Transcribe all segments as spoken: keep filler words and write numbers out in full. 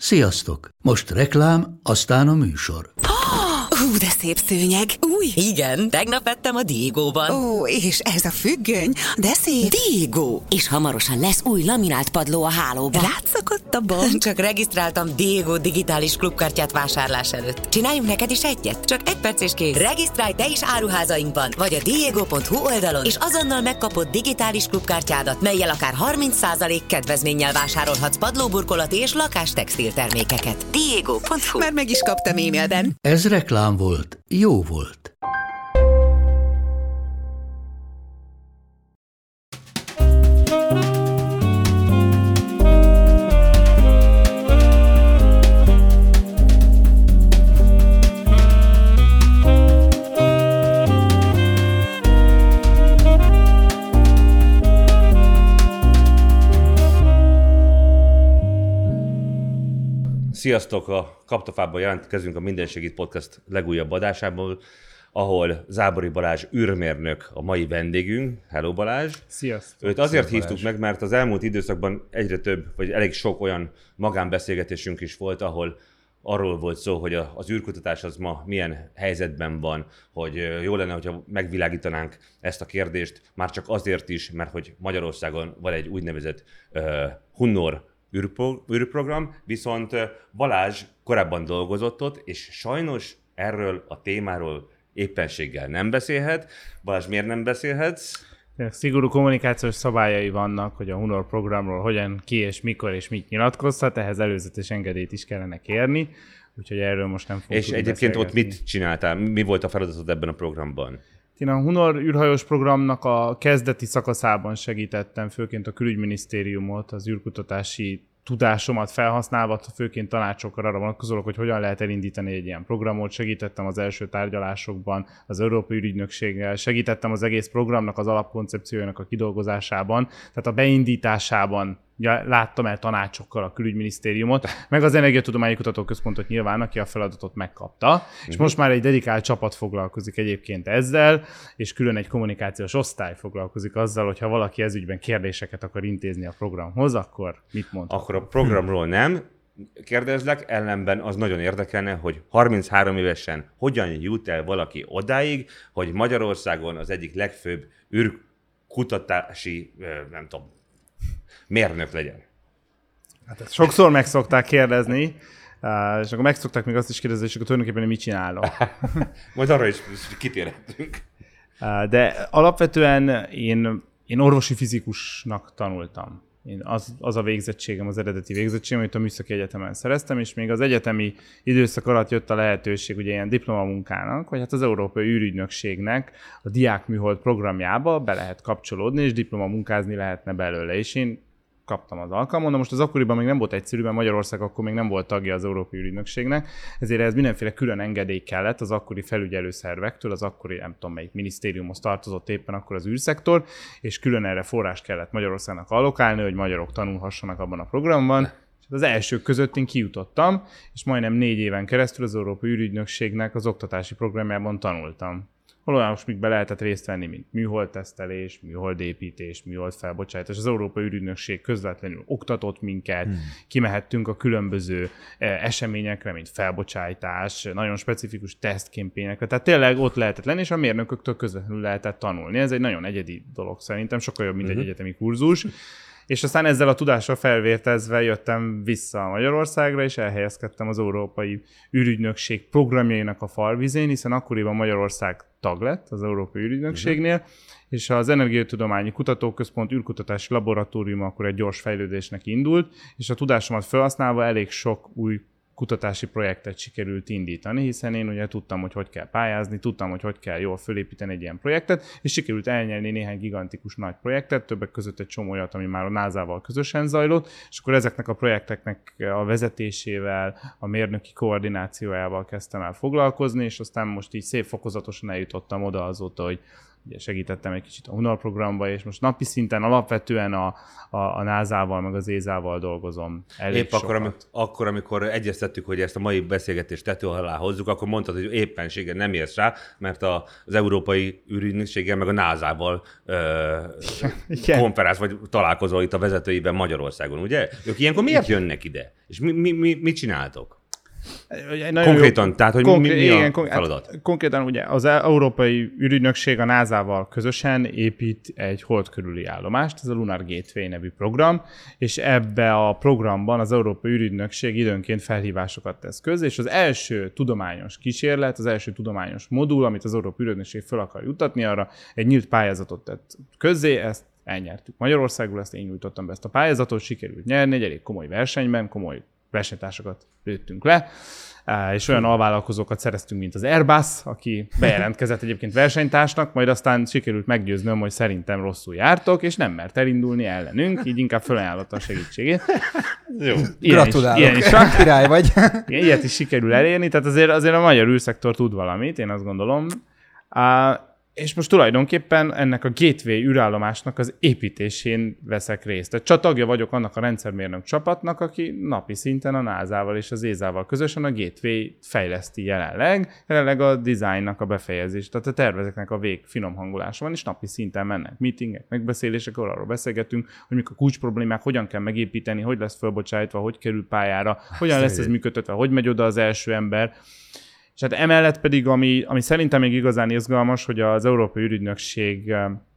Sziasztok! Most reklám, aztán a műsor. Hú, de szép szőnyeg. Új? Igen, tegnap vettem a Diegóban. Ó, és ez a függöny, de szép. Diegó! És hamarosan lesz új laminált padló a hálóban. Rátszakadt a bank. Csak regisztráltam Diegó digitális klubkártyát vásárlás előtt. Csináljunk neked is egyet? Csak egy perc és kész. Regisztrálj te is áruházainkban, vagy a diego pont hu oldalon, és azonnal megkapod digitális klubkártyádat, mellyel akár harminc százalék kedvezménnyel vásárolhatsz padlóburkolati és lakástextil termékeket. diego pont hu. Már meg is kaptam e-mailben. Ez reklám volt, jó volt. Sziasztok! A Kaptafában jelentkezünk a Minden Segít Podcast legújabb adásából, ahol Zábori Balázs űrmérnök a mai vendégünk. Hello Balázs! Sziasztok! Őt azért Szia, hívtuk meg, mert az elmúlt időszakban egyre több, vagy elég sok olyan magánbeszélgetésünk is volt, ahol arról volt szó, hogy az űrkutatás az ma milyen helyzetben van, hogy jó lenne, hogyha megvilágítanánk ezt a kérdést, már csak azért is, mert hogy Magyarországon van egy úgynevezett uh, Hunnor űrprogram, viszont Balázs korábban dolgozott ott, és sajnos erről a témáról éppenséggel nem beszélhet. Balázs, miért nem beszélhetsz? Szigorú kommunikációs szabályai vannak, hogy a Hunnor programról hogyan, ki és mikor és mit nyilatkozhat, ehhez előzetes engedélyt is kellene kérni, úgyhogy erről most nem fogunk. És egyébként ott mit csináltál? Mi volt a feladatod ebben a programban? Én a Hunnor űrhajós programnak a kezdeti szakaszában segítettem, főként a külügyminisztériumot, az űrkutatási tudásomat felhasználva, főként tanácsokkal arra vonatkozólag, hogy hogyan lehet elindítani egy ilyen programot. Segítettem az első tárgyalásokban az Európai Ürügynökséggel, segítettem az egész programnak az alapkoncepciójának a kidolgozásában, tehát a beindításában láttam el tanácsokkal a külügyminisztériumot, meg az Energiatudományi Kutatóközpontot nyilván, aki a feladatot megkapta, uh-huh. és most már egy dedikált csapat foglalkozik egyébként ezzel, és külön egy kommunikációs osztály foglalkozik azzal, hogyha valaki ezügyben kérdéseket akar intézni a programhoz, akkor mit mondhat? Akkor a programról nem kérdezlek, ellenben az nagyon érdekelne, hogy harminchárom évesen hogyan jut el valaki odáig, hogy Magyarországon az egyik legfőbb űrkutatási, nem tudom, mérnök legyen. Hát ezt sokszor meg szokták kérdezni, és akkor meg szokták még azt is kérdezni, hogy akkor tulajdonképpen mit csinálok. Majd arra is kitérhetünk. De alapvetően én, én orvosi fizikusnak tanultam. Én az, az a végzettségem, az eredeti végzettségem, amit a Műszaki Egyetemen szereztem, és még az egyetemi időszak alatt jött a lehetőség ugye ilyen diplomamunkának, vagy hát az Európai űrügynökségnek a diákműhold programjába be lehet kapcsolódni, és diplomamunkázni lehetne belőle, és én kaptam az alkalmon, de most az akkoriban még nem volt egyszerű, mert Magyarország akkor még nem volt tagja az Európai Ürügynökségnek, ezért ez mindenféle külön engedély kellett az akkori felügyelő szervektől, az akkori, nem tudom melyik minisztériumhoz tartozott éppen akkor az űrszektor, és külön erre forrás kellett Magyarországnak allokálni, hogy magyarok tanulhassanak abban a programban. És az elsők között én kijutottam, és majdnem négy éven keresztül az Európai Ürügynökségnek az oktatási programjában tanultam. Valójában most még be lehetett részt venni, mint műholdtesztelés, műholdépítés, műholdfelbocsátás. Az Európai Ürügynökség közvetlenül oktatott minket, hmm. kimehettünk a különböző eseményekre, mint felbocsátás, nagyon specifikus tesztkampényekre. Tehát tényleg ott lehetett lenni, és a mérnököktől közvetlenül lehetett tanulni. Ez egy nagyon egyedi dolog szerintem, sokkal jobb, mint hmm. egy egyetemi kurzus. És aztán ezzel a tudással felvértezve jöttem vissza Magyarországra, és elhelyezkedtem az Európai Ürügynökség programjainak a falvizén, hiszen akkoriban Magyarország tag lett az Európai Ürügynökségnél, uh-huh. és az Energiatudományi Kutatóközpont űrkutatási laboratóriuma akkor egy gyors fejlődésnek indult, és a tudásomat felhasználva elég sok új kutatási projektet sikerült indítani, hiszen én ugye tudtam, hogy hogy kell pályázni, tudtam, hogy hogy kell jól fölépíteni egy ilyen projektet, és sikerült elnyerni néhány gigantikus nagy projektet, többek között egy csomó olyat, ami már a názával közösen zajlott, és akkor ezeknek a projekteknek a vezetésével, a mérnöki koordinációjával kezdtem el foglalkozni, és aztán most így szép fokozatosan eljutottam oda azóta, hogy ugye segítettem egy kicsit a Hunor programba, és most napi szinten alapvetően a, a, a názával, meg az ézával dolgozom. Elég Épp akkor, amikor, akkor, amikor egyeztettük, hogy ezt a mai beszélgetést tető alá hozzuk, akkor mondtad, hogy éppenséggel nem érsz rá, mert a, az Európai űrügynökséggel, meg a názával ö, konferálsz, vagy találkozol itt a vezetőiben Magyarországon, ugye? Ők ilyenkor miért jönnek ide? És mi, mi, mi, mit csináltok? Nagyon konkrétan, jó, tehát, hogy konkrét, mi, mi igen, a feladat? Hát, konkrétan ugye az Európai űrügynökség a názával közösen épít egy hold körüli állomást, ez a Lunar Gateway nevű program, és ebbe a programban az Európai űrügynökség időnként felhívásokat tesz közzé, és az első tudományos kísérlet, az első tudományos modul, amit az Európai űrügynökség fel akar juttatni, arra egy nyílt pályázatot tett közzé, ezt elnyertük Magyarországról, ezt én nyújtottam be ezt a pályázatot, sikerült nyerni, egy elég komoly versenyben, komoly versenytársakat lőttünk le, és olyan alvállalkozókat szereztünk, mint az Airbus, aki bejelentkezett egyébként versenytársnak, majd aztán sikerült meggyőznöm, hogy szerintem rosszul jártok, és nem mert elindulni ellenünk, így inkább felajánlotta a segítségét. Jó. Ilyen Gratulálok, is, ilyen is van. Király vagy. Ilyet is sikerül elérni, tehát azért, azért a magyar űrszektor tud valamit, én azt gondolom. És most tulajdonképpen ennek a Gateway űrállomásnak az építésén veszek részt. Tehát csak tagja vagyok annak a rendszermérnök csapatnak, aki napi szinten a názával és az ézával közösen a Gateway fejleszti jelenleg. Jelenleg a designnak a befejezés, tehát a tervezeknek a vég finom hangolása van, és napi szinten mennek meetingek, megbeszélések, arról beszélgetünk, hogy mik a kulcsproblémák, hogyan kell megépíteni, hogy lesz fölbocsájtva, hogy kerül pályára, hogyan lesz ez működtetve, hogy megy oda az első ember. És hát emellett pedig, ami, ami szerintem még igazán izgalmas, hogy az Európai űrügynökség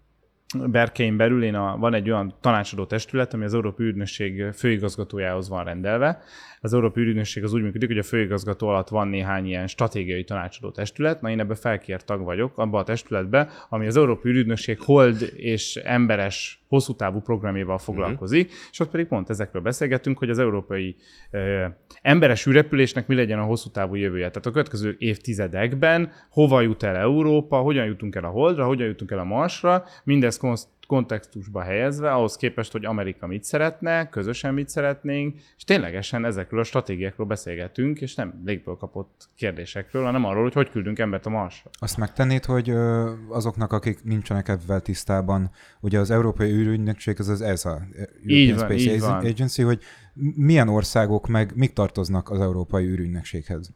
berkein belül én a, van egy olyan tanácsadó testület, ami az Európai űrügynökség főigazgatójához van rendelve. Az Európai űrügynökség az úgy működik, hogy a főigazgató alatt van néhány ilyen stratégiai tanácsadó testület. Na, én ebben felkért tag vagyok, abban a testületben, ami az Európai űrügynökség hold és emberes hosszú távú programjával foglalkozik, mm-hmm. és ott pedig pont ezekről beszélgettünk, hogy az európai ö, emberes űrrepülésnek mi legyen a hosszú távú jövője. Tehát a következő évtizedekben hova jut el Európa, hogyan jutunk el a Holdra, hogyan jutunk el a Marsra, mindez kontextusba helyezve, ahhoz képest, hogy Amerika mit szeretne, közösen mit szeretnénk, és ténylegesen ezekről a stratégiákról beszélgetünk, és nem légből kapott kérdésekről, hanem arról, hogy hogy küldünk embert a Marsra. Azt megtennéd, hogy ö, azoknak, akik nincsenek ebben tisztában, ugye az Európai űrügynökség, az az E S A, European van, Space Agency, hogy milyen országok meg mik tartoznak az Európai űrügynökséghez?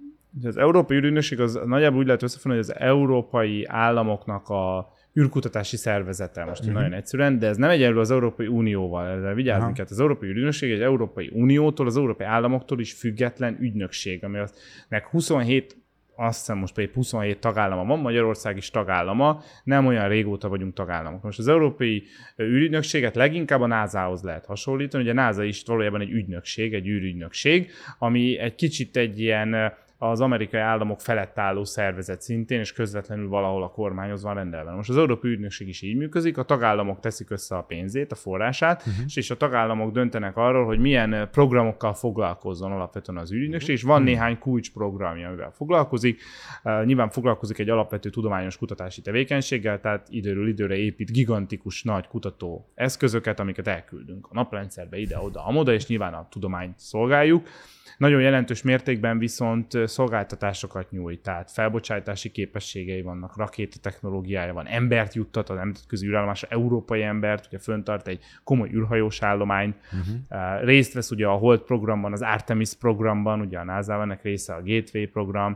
Az Európai űrügynökség az nagyjából úgy lehet összefogni, hogy az európai államoknak a űrkutatási szervezete, most uh-huh. nagyon egyszerűen, de ez nem egyenlő az Európai Unióval, ezzel vigyázni uh-huh. kell. Az Európai Űrügynökség egy Európai Uniótól, az európai államoktól is független ügynökség, aminek huszonhét, azt hiszem most pedig huszonhét tagállama van, Magyarország is tagállama, nem olyan régóta vagyunk tagállamok. Most az Európai Űrügynökséget leginkább a nászához lehet hasonlítani, ugye a NASA is valójában egy ügynökség, egy űrügynökség, ami egy kicsit egy ilyen az amerikai államok felett álló szervezet szintén, és közvetlenül valahol a kormányhoz van rendelve. Most az Európai Űrügynökség is így működik, a tagállamok teszik össze a pénzét, a forrását, uh-huh. és, és a tagállamok döntenek arról, hogy milyen programokkal foglalkozzon alapvetően az űrügynökség, és van uh-huh. néhány kulcsprogramja, amivel foglalkozik. Uh, nyilván foglalkozik egy alapvető tudományos kutatási tevékenységgel, tehát időről időre épít gigantikus nagy kutató eszközöket, amiket elküldünk a naprendszerbe, ide-oda, amoda, és nyilván a tudományt szolgáljuk. Nagyon jelentős mértékben viszont szolgáltatásokat nyújt, tehát felbocsátási képességei vannak, rakétatechnológiája van, embert juttat a nemzetközi űrállomásra, európai embert, ugye föntart egy komoly űrhajós állományt, uh-huh. részt vesz ugye a Hold programban, az Artemis programban, ugye a NASA-ban ennek része a Gateway program,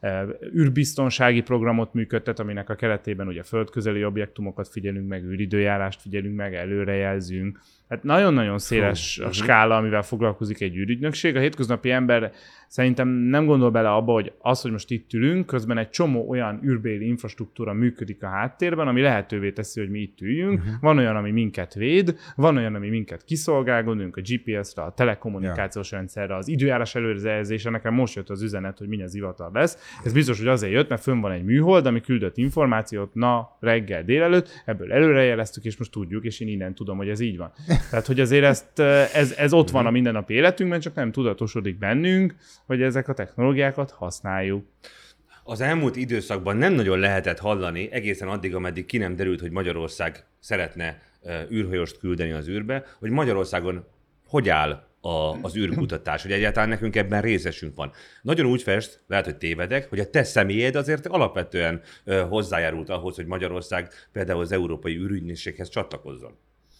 űrbiztonsági programot működtet, aminek a keretében ugye földközeli objektumokat figyelünk meg, űridőjárást figyelünk meg, előrejelzünk. Hát nagyon-nagyon széles a skála, amivel foglalkozik egy űrügynökség. A hétköznapi ember szerintem nem gondol bele abba, hogy az, hogy most itt ülünk, közben egy csomó olyan űrbéli infrastruktúra működik a háttérben, ami lehetővé teszi, hogy mi itt üljünk. Uh-huh. Van olyan, ami minket véd, van olyan, ami minket kiszolgál, gondoljunk a gé pé es-re, a telekommunikációs ja. rendszerre, az időjárás előrejelzésre. Nekem most jött az üzenet, hogy mindez zivatar lesz. Ez biztos, hogy azért jött, mert fönn van egy műhold, ami küldött információt na reggel délelőtt, ebből előrejeleztük, és most tudjuk, és én innen tudom, hogy ez így van. Tehát, hogy azért ezt, ez, ez ott van a mindennapi életünkben, csak nem tudatosodik bennünk, hogy ezek a technológiákat használjuk. Az elmúlt időszakban nem nagyon lehetett hallani, egészen addig, ameddig ki nem derült, hogy Magyarország szeretne űrhajóst küldeni az űrbe, hogy Magyarországon hogy áll a, az űrkutatás, hogy egyáltalán nekünk ebben részesünk van. Nagyon úgy fest, lehet, hogy tévedek, hogy a te személyed azért alapvetően ö, hozzájárult ahhoz, hogy Magyarország például az Európai űrügynökséghez csatlakozzon.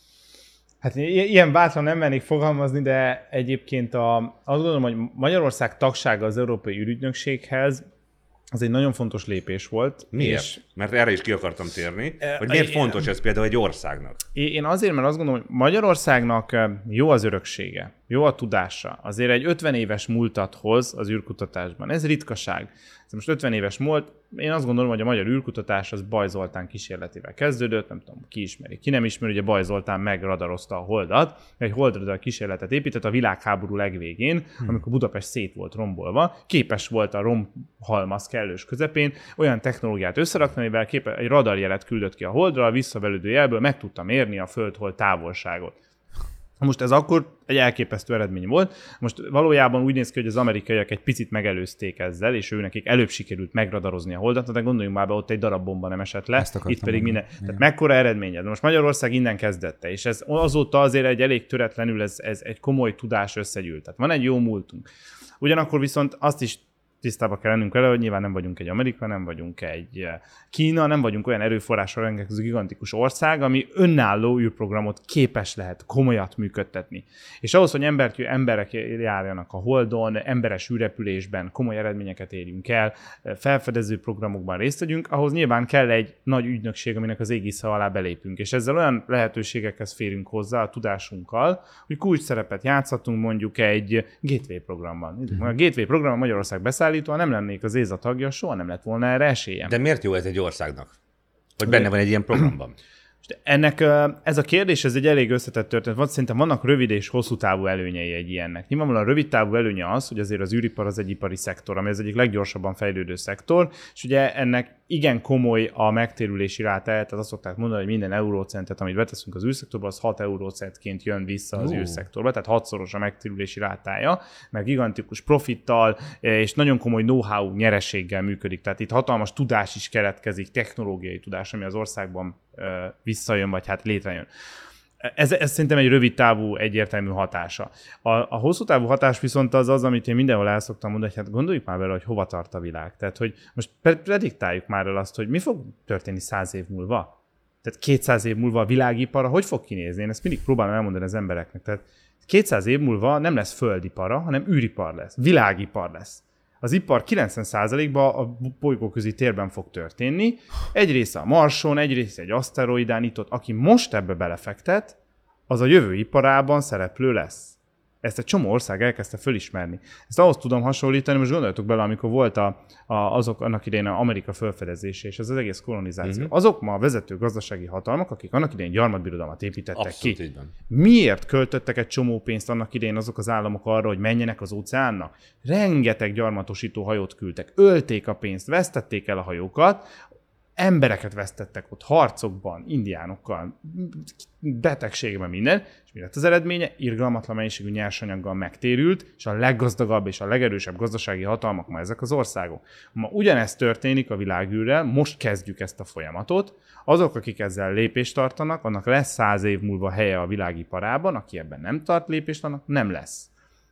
Hát ilyen bátran nem mennék fogalmazni, de egyébként a, azt gondolom, hogy Magyarország tagsága az Európai űrügynökséghez az egy nagyon fontos lépés volt. Miért? És mert erre is ki akartam térni, hogy miért fontos ez például egy országnak? Én azért, mert azt gondolom, hogy Magyarországnak jó az öröksége, jó a tudása. Azért egy ötven éves múltat hoz az űrkutatásban. Ez ritkaság. Ez most ötven éves múlt. Én azt gondolom, hogy a magyar űrkutatás az Baj Zoltán kísérletével kezdődött, nem tudom, ki ismeri, ki nem ismeri, ugye Baj Zoltán megradarozta a Holdat, egy holdradar kísérletet épített a világháború legvégén, hmm. amikor Budapest szét volt rombolva, képes volt a romhalmaz kellős közepén olyan technológiát összerakni, amivel képe, egy radarjelet küldött ki a Holdra, a visszavelődő jelből meg tudta mérni a Föld-Hold távolságot. Most ez akkor egy elképesztő eredmény volt. Most valójában úgy néz ki, hogy az amerikaiak egy picit megelőzték ezzel, és ő nekik előbb sikerült megradarozni a Holdat, de gondoljunk már be, ott egy darab bomba nem esett le, itt pedig minden. Igen. Tehát mekkora eredmény ez? Most Magyarország innen kezdette, és ez azóta azért egy elég töretlenül ez, ez egy komoly tudás összegyűlt. Tehát van egy jó múltunk. Ugyanakkor viszont azt is tisztába kell lennünk vele, hogy nyilván nem vagyunk egy Amerika, nem vagyunk egy Kína, nem vagyunk olyan erőforrással rendelkező gigantikus ország, ami önálló űrprogramot képes lehet komolyat működtetni. És ahhoz, hogy embert, emberek járjanak a Holdon, emberes űrrepülésben komoly eredményeket érjünk el, felfedező programokban részt vegyünk, ahhoz nyilván kell egy nagy ügynökség, aminek az égisze alá belépünk. És ezzel olyan lehetőségekhez férünk hozzá a tudásunkkal, hogy kulcs szerepet játszhatunk mondjuk egy Gateway programban. A Gateway program Magyarország beszáll, ha nem lennék az éza tagja, soha nem lett volna erre esélyem. De miért jó ez egy országnak? Hogy benne van egy ilyen programban? Ennek ez a kérdés, ez egy elég összetett történet. Van, szerintem vannak rövid és hosszú távú előnyei egy ilyennek. Nyilvánvalóan a rövid távú előnye az, hogy azért az űripar az egy ipari szektor, ami az egyik leggyorsabban fejlődő szektor, és ugye ennek igen komoly a megtérülési rátája, tehát azt szokták mondani, hogy minden eurócentet, amit beteszünk az űrszektorba, az hat eurócentként jön vissza az uh. űrszektorba, tehát hatszoros a megtérülési rátája, meg gigantikus profittal, és nagyon komoly know-how nyereséggel működik. Tehát itt hatalmas tudás is keletkezik, technológiai tudás, ami az országban visszajön, vagy hát létrejön. Ez, ez szerintem egy rövid távú, egyértelmű hatása. A, a hosszú távú hatás viszont az az, amit én mindenhol el szoktam mondani, hogy hát gondoljuk már bele, hogy hova tart a világ. Tehát, hogy most prediktáljuk már el azt, hogy mi fog történni száz év múlva. Tehát kétszáz év múlva a világipara hogy fog kinézni? Én ezt mindig próbálom elmondani az embereknek. Tehát kétszáz év múlva nem lesz földipara, hanem űripar lesz, világipar lesz. Az ipar kilencven százalékban a bolygóközi térben fog történni. Egy része a Marson, egy része egy aszteroidán itt ott. Aki most ebbe belefektet, az a jövő iparában szereplő lesz. Ezt egy csomó ország elkezdte fölismerni. Ezt ahhoz tudom hasonlítani, most gondoljatok bele, amikor volt a, a, azok annak idején az Amerika felfedezése és az, az egész kolonizáció. Uh-huh. Azok ma a vezető gazdasági hatalmak, akik annak idején gyarmatbirodalmat építettek Abszolút ki. Miért költöttek egy csomó pénzt annak idején azok az államok arra, hogy menjenek az óceánnak? Rengeteg gyarmatosító hajót küldtek, ölték a pénzt, vesztették el a hajókat, embereket vesztettek ott harcokban, indiánokkal, betegségben, minden, és mi lett az eredménye? Irgalmatlan mennyiségű nyersanyaggal megtérült, és a leggazdagabb és a legerősebb gazdasági hatalmak ma ezek az országok. Ma ugyanezt történik a világűrrel, most kezdjük ezt a folyamatot. Azok, akik ezzel lépést tartanak, annak lesz száz év múlva helye a világiparában, aki ebben nem tart lépést, annak nem lesz.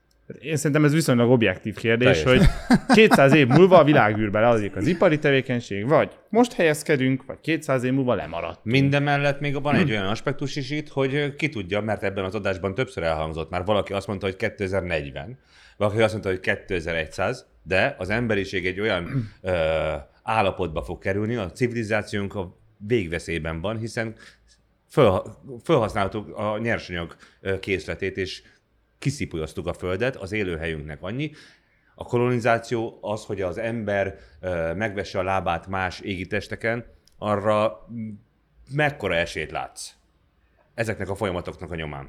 Én szerintem ez viszonylag objektív kérdés, Teljesen. hogy kétszáz év múlva a világűrbe leadik az ipari tevékenység, vagy most helyezkedünk, vagy kétszáz év múlva lemaradt. Mindemellett még van egy olyan aspektus is itt, hogy ki tudja, mert ebben az adásban többször elhangzott, már valaki azt mondta, hogy kétezer-negyven, valaki azt mondta, hogy kétezer-száz, de az emberiség egy olyan ö, állapotba fog kerülni, a civilizációnk a végveszélyben van, hiszen föl, felhasználtuk a nyersanyag készletét, és kiszipolyoztuk a Földet, az élőhelyünknek annyi. A kolonizáció az, hogy az ember ö, megvesse a lábát más égitesteken, arra mekkora esélyt látsz ezeknek a folyamatoknak a nyomán?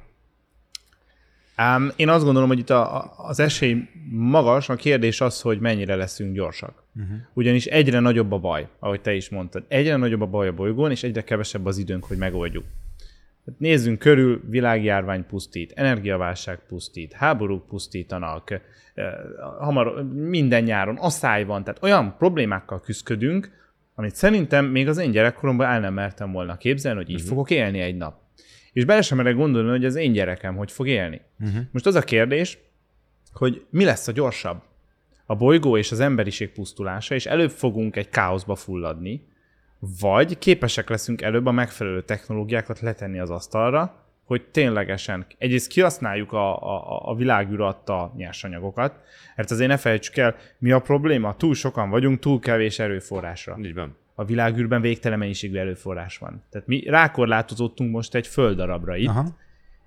Ám én azt gondolom, hogy itt a, a, az esély magas, a kérdés az, hogy mennyire leszünk gyorsak. Uh-huh. Ugyanis egyre nagyobb a baj, ahogy te is mondtad. Egyre nagyobb a baj a bolygón, és egyre kevesebb az időnk, hogy megoldjuk. Nézzünk körül, világjárvány pusztít, energiaválság pusztít, háborúk pusztítanak, hamar, minden nyáron asszály van, tehát olyan problémákkal küzdködünk, amit szerintem még az én gyerekkoromban el nem mertem volna képzelni, hogy így uh-huh. fogok élni egy nap. és bele sem merek gondolni, hogy az én gyerekem hogy fog élni. Uh-huh. Most az a kérdés, hogy mi lesz a gyorsabb? A bolygó és az emberiség pusztulása, és előbb fogunk egy káoszba fulladni, vagy képesek leszünk előbb a megfelelő technológiákat letenni az asztalra, hogy ténylegesen egyrészt kihasználjuk a, a, a világűr adta nyersanyagokat, mert azért ne felejtsük el, mi a probléma? Túl sokan vagyunk, túl kevés erőforrásra. Így van. A világűrben végtelen mennyiségű erőforrás van. Tehát mi rákorlátozottunk most egy földdarabra itt, aha,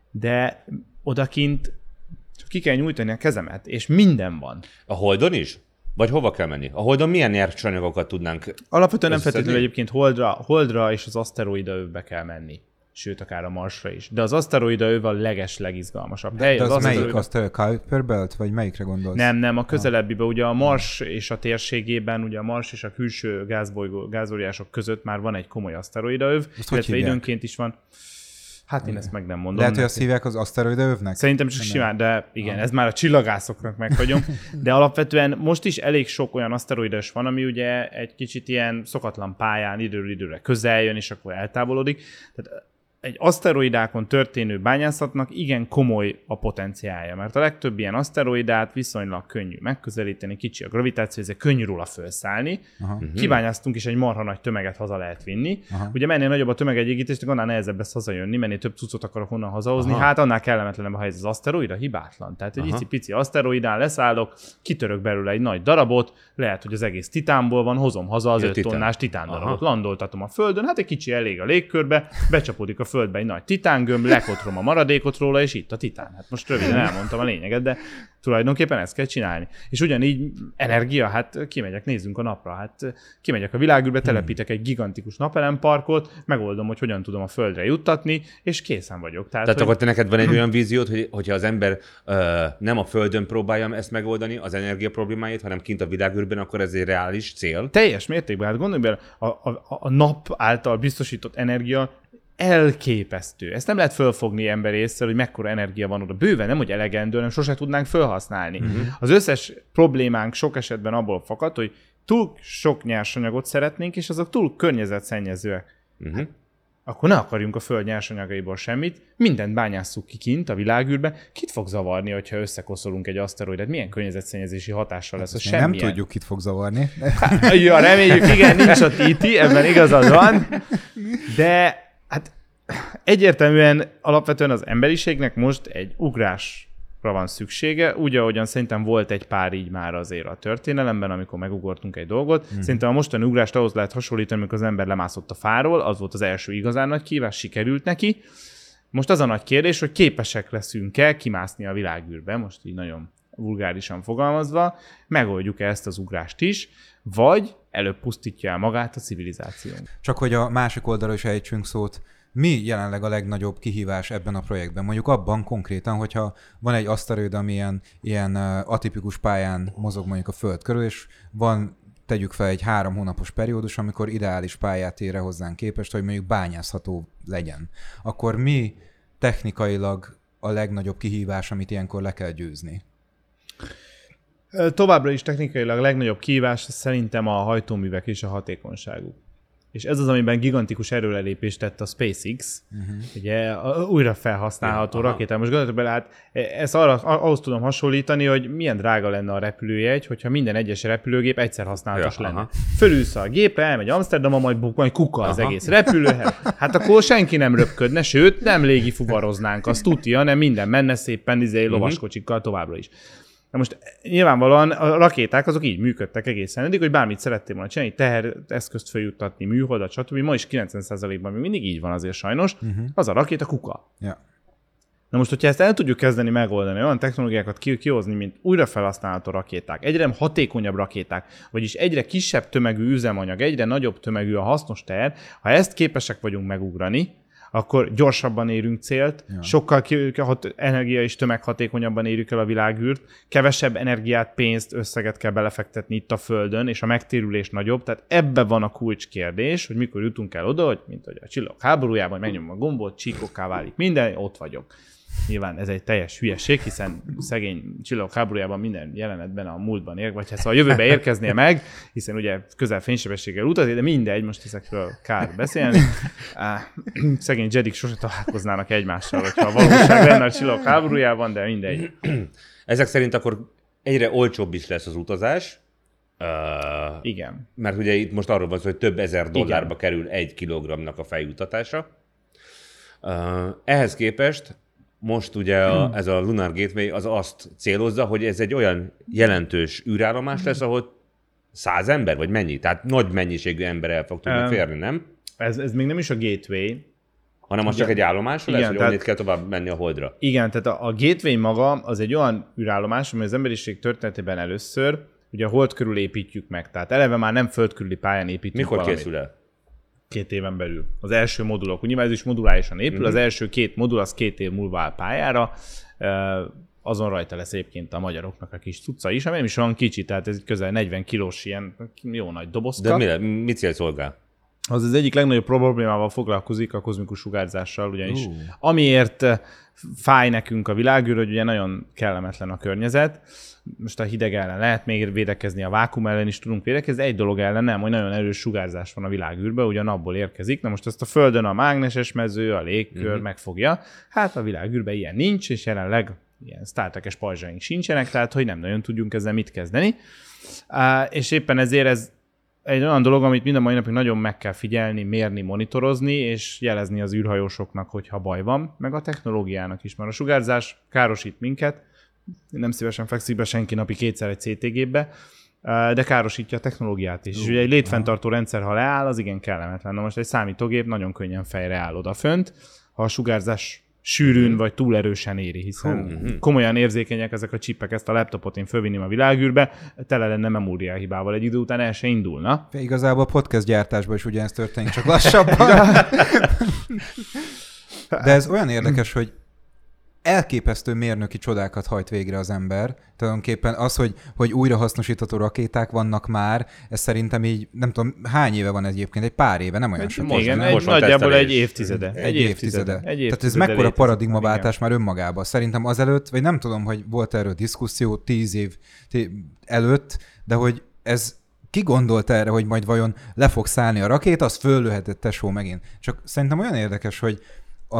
de odakint csak ki kell nyújtani a kezemet, és minden van. A Holdon is? Vagy hova kell menni? A Holdon milyen nyersanyagokat tudnánk Alapvetően nem feltétlenül egyébként Holdra, Holdra és az aszteroida övbe kell menni. Sőt, akár a Marsra is. De az aszteroida öv a leges, legizgalmasabb hely. De az, az melyik aszteroida? Kuiper Belt? Vagy melyikre gondolsz? Nem, nem, a közelebbiben. Ugye a Mars és a térségében, ugye a Mars és a külső gázbolygó, gázóriások között már van egy komoly aszteroida öv, illetve időnként is van. Hát én ezt meg nem mondom. Lehet, hogy azt hívják az aszteroida övnek? Szerintem csak simán, de igen, ha, ez már a csillagászoknak meghagyom. De alapvetően most is elég sok olyan aszteroides van, ami ugye egy kicsit ilyen szokatlan pályán időről időre közel jön, és akkor eltávolodik. Tehát egy aszteroidákon történő bányászatnak igen komoly a potenciálja, mert a legtöbb ilyen aszteroidát viszonylag könnyű megközelíteni, kicsi a gravitáció, ezért könnyű róla felszállni. Aha. Kibányáztunk is egy marha nagy tömeget haza lehet vinni. Aha. Ugye mennél nagyobb a tömegegyégítés, annál nehezebb lesz hazajönni, mennél több cuccot akarok onnan hazahozni, aha, hát annál kellemetlenebb a helyzet. Az aszteroida hibátlan. Tehát egy icipici aszteroidán leszállok, kitörök belőle egy nagy darabot, lehet, hogy az egész titánból van, hozom haza az öt tonnás titán darabot, landoltatom a földön, hát egy kicsi elég a légkörbe, becsapódik a földbe egy nagy titángömb, lekotrom a maradékot róla, és itt a titán. Hát most röviden elmondtam a lényeget, de tulajdonképpen ezt kell csinálni. És ugyanígy energia, hát kimegyek, nézzünk a napra, hát kimegyek a világűrbe, telepítek egy gigantikus napelemparkot, megoldom, hogy hogyan tudom a földre juttatni, és készen vagyok. Tehát, Tehát hogy... akkor te neked van egy olyan víziód, hogy hogyha az ember uh, nem a földön próbálja ezt megoldani, az energia problémáit, hanem kint a világűrben, akkor ez egy reális cél? Teljes mértékben, hát gondolj bele, a, a, a nap által biztosított energia elképesztő. Ezt nem lehet fölfogni ember észre, hogy mekkora energia van oda. Bőven, nem hogy elegendő, hanem sose tudnánk felhasználni. Uh-huh. Az összes problémánk sok esetben abból fakad, hogy túl sok nyersanyagot szeretnénk, és azok túl környezetszennyezőek. Uh-huh. Hát, akkor ne akarjunk a föld nyersanyagaiból semmit, mindent bányásszuk ki kint a világűrbe. Kit fog zavarni, hogyha összekoszolunk egy aszteroidát? Milyen környezetszennyezési hatással lesz? Hát nem tudjuk, kit fog zavarni. Hát, ja, reméljük, igen, nincs a té té, ebben igazad van. De hát egyértelműen alapvetően az emberiségnek most egy ugrásra van szüksége, úgy, ahogyan szerintem volt egy pár így már azért a történelemben, amikor megugortunk egy dolgot. Hmm. Szerintem a mostani ugrást ahhoz lehet hasonlítani, amikor az ember lemászott a fáról, az volt az első igazán nagy kihívás, sikerült neki. Most az a nagy kérdés, hogy képesek leszünk-e kimászni a világűrbe, most így nagyon vulgárisan fogalmazva, megoldjuk-e ezt az ugrást is, vagy előbb pusztítja el magát a civilizációnk. Csak hogy a másik oldalra is ejtsünk szót, mi jelenleg a legnagyobb kihívás ebben a projektben? Mondjuk abban konkrétan, hogyha van egy aszteroida, ami ilyen, ilyen atipikus pályán mozog mondjuk a Föld körül, és van, tegyük fel, egy három hónapos periódus, amikor ideális pályát ér hozzánk képest, hogy mondjuk bányászható legyen. Akkor mi technikailag a legnagyobb kihívás, amit ilyenkor le kell győzni? Továbbra is technikailag a legnagyobb kihívás szerintem a hajtóművek és a hatékonyságuk. És ez az, amiben gigantikus erőrelépést tett a SpaceX, uh-huh. ugye újra felhasználható ja, rakéta. Most gondoljatok bele, hát ezt arra, ahhoz tudom hasonlítani, hogy milyen drága lenne a repülőjegy, hogyha minden egyes repülőgép egyszer használatos ja, lenne. Aha. Fölülsz a gépre, elmegy Amsterdamba, majd buk, majd kuka az aha. egész repülőhely. Hát akkor senki nem röpködne, sőt, nem légi fuvaroznánk, azt tuti, hanem minden menne szépen izé, uh-huh. lovaskocsikkal továbbra is. Na most nyilvánvalóan a rakéták azok így működtek egészen eddig, hogy bármit szerettél volna csinálni, tehereszközt feljuttatni, műholdat, stb. Ma is kilencven százalékban még mindig így van azért sajnos, uh-huh. az a rakéta kuka. Yeah. Na most, hogyha ezt el tudjuk kezdeni megoldani, olyan technológiákat kihozni, mint újra felhasználható rakéták, egyre hatékonyabb rakéták, vagyis egyre kisebb tömegű üzemanyag, egyre nagyobb tömegű a hasznos teher, ha ezt képesek vagyunk megugrani, akkor gyorsabban érünk célt, ja. sokkal ki, hat, energia és tömeghatékonyabban érjük el a világűrt, kevesebb energiát, pénzt, összeget kell belefektetni itt a Földön, és a megtérülés nagyobb. Tehát ebbe van a kulcskérdés, hogy mikor jutunk el oda, hogy mint hogy a Csillagok háborújában, hogy megnyomom a gombot, csíkokká válik minden, ott vagyok. Nyilván ez egy teljes hülyeség, hiszen szegény Csillagok háborújában minden jelenetben a múltban ér, vagy hát szóval a jövőbe érkeznie meg, hiszen ugye közel fénysebességgel utazik, de mindegy, most ezekről kár beszélni. Szegény Jedik sose találkoznának egymással, hogyha a valóság lenne a Csillagok háborújában, de mindegy. Ezek szerint akkor egyre olcsóbb is lesz az utazás. Uh, Igen. Mert ugye itt most arról van szó, hogy több ezer dollárba Igen. kerül egy kilogramnak a feljutatása. Uh, ehhez képest most ugye a, ez a Lunar Gateway az azt célozza, hogy ez egy olyan jelentős űrállomás lesz, ahol száz ember, vagy mennyi? Tehát nagy mennyiségű ember el fog tudni Um, férni, nem? Ez, ez még nem is a Gateway. Hanem az igen. csak egy állomás lesz, Igen, hogy tehát- onnét kell tovább menni a Holdra. Igen, tehát a, a Gateway maga az egy olyan űrállomás, ami az emberiség történetében először ugye a Hold körül építjük meg. Tehát eleve már nem föld körüli pályán építünk Mikor valamit. készül el? Két éven belül. Az első modulok. Nyilván ez is modulálisan épül, Mhm. az első két modul az két év múlva áll pályára. Ö, Azon rajta lesz egyébként a magyaroknak a kis cucca is, ami nem is olyan kicsi, tehát ez egy közel negyven kilós ilyen jó nagy dobozka. De mi, le- mi cél szolgál? Az az egyik legnagyobb problémával foglalkozik, a kozmikus sugárzással, ugyanis Ú. amiért eh, fáj nekünk a világűr, hogy ugye nagyon kellemetlen a környezet. Most a hideg ellen lehet még védekezni, a vákum ellen is tudunk védekezni, egy dolog ellen nem, hogy nagyon erős sugárzás van a világűrben, ugye a napból érkezik. Na most ezt a Földön a mágneses mező, a légkör Mhm. uh-huh. megfogja. Hát a világűrben ilyen nincs, és jelenleg ilyen Star Trek-es pajzsaink sincsenek, tehát hogy nem nagyon tudjunk ezzel mit kezdeni. Uh, és éppen ezért ez egy olyan dolog, amit minden mai napig nagyon meg kell figyelni, mérni, monitorozni, és jelezni az űrhajósoknak, hogyha baj van, meg a technológiának is, mert a sugárzás károsít minket, nem szívesen fekszik be senki napi kétszer egy cé té gépbe, de károsítja a technológiát is. És ugye egy létfenntartó rendszer, ha leáll, az igen kellemetlen. Na most egy számítógép nagyon könnyen fejre áll odafönt, ha a sugárzás sűrűn vagy túl erősen éri, hiszen komolyan érzékenyek ezek a csipek, ezt a laptopot én fölvinném a világűrbe, tele lenne memóriahibával, egy idő után el se indulna. Igazából a podcast gyártásban is ugyanezt történik, csak lassabban. De ez olyan érdekes, hogy elképesztő mérnöki csodákat hajt végre az ember. Tulajdonképpen az, hogy, hogy újrahasznosítható rakéták vannak már, ez szerintem így, nem tudom, hány éve van ez egyébként? Egy pár éve, nem olyan sok. Igen, most egy, van nagyjából egy tesztelés. évtizede. Egy évtizede. Egy Tehát ez évtizede mekkora létezik, paradigmaváltás már önmagában. Szerintem azelőtt, vagy nem tudom, hogy volt erről diszkuszió tíz év t- előtt, de hogy ez ki gondolt erre, hogy majd vajon le fog szállni a rakéta, az föllőhetett tesó megint. Csak szerintem olyan érdekes, hogy a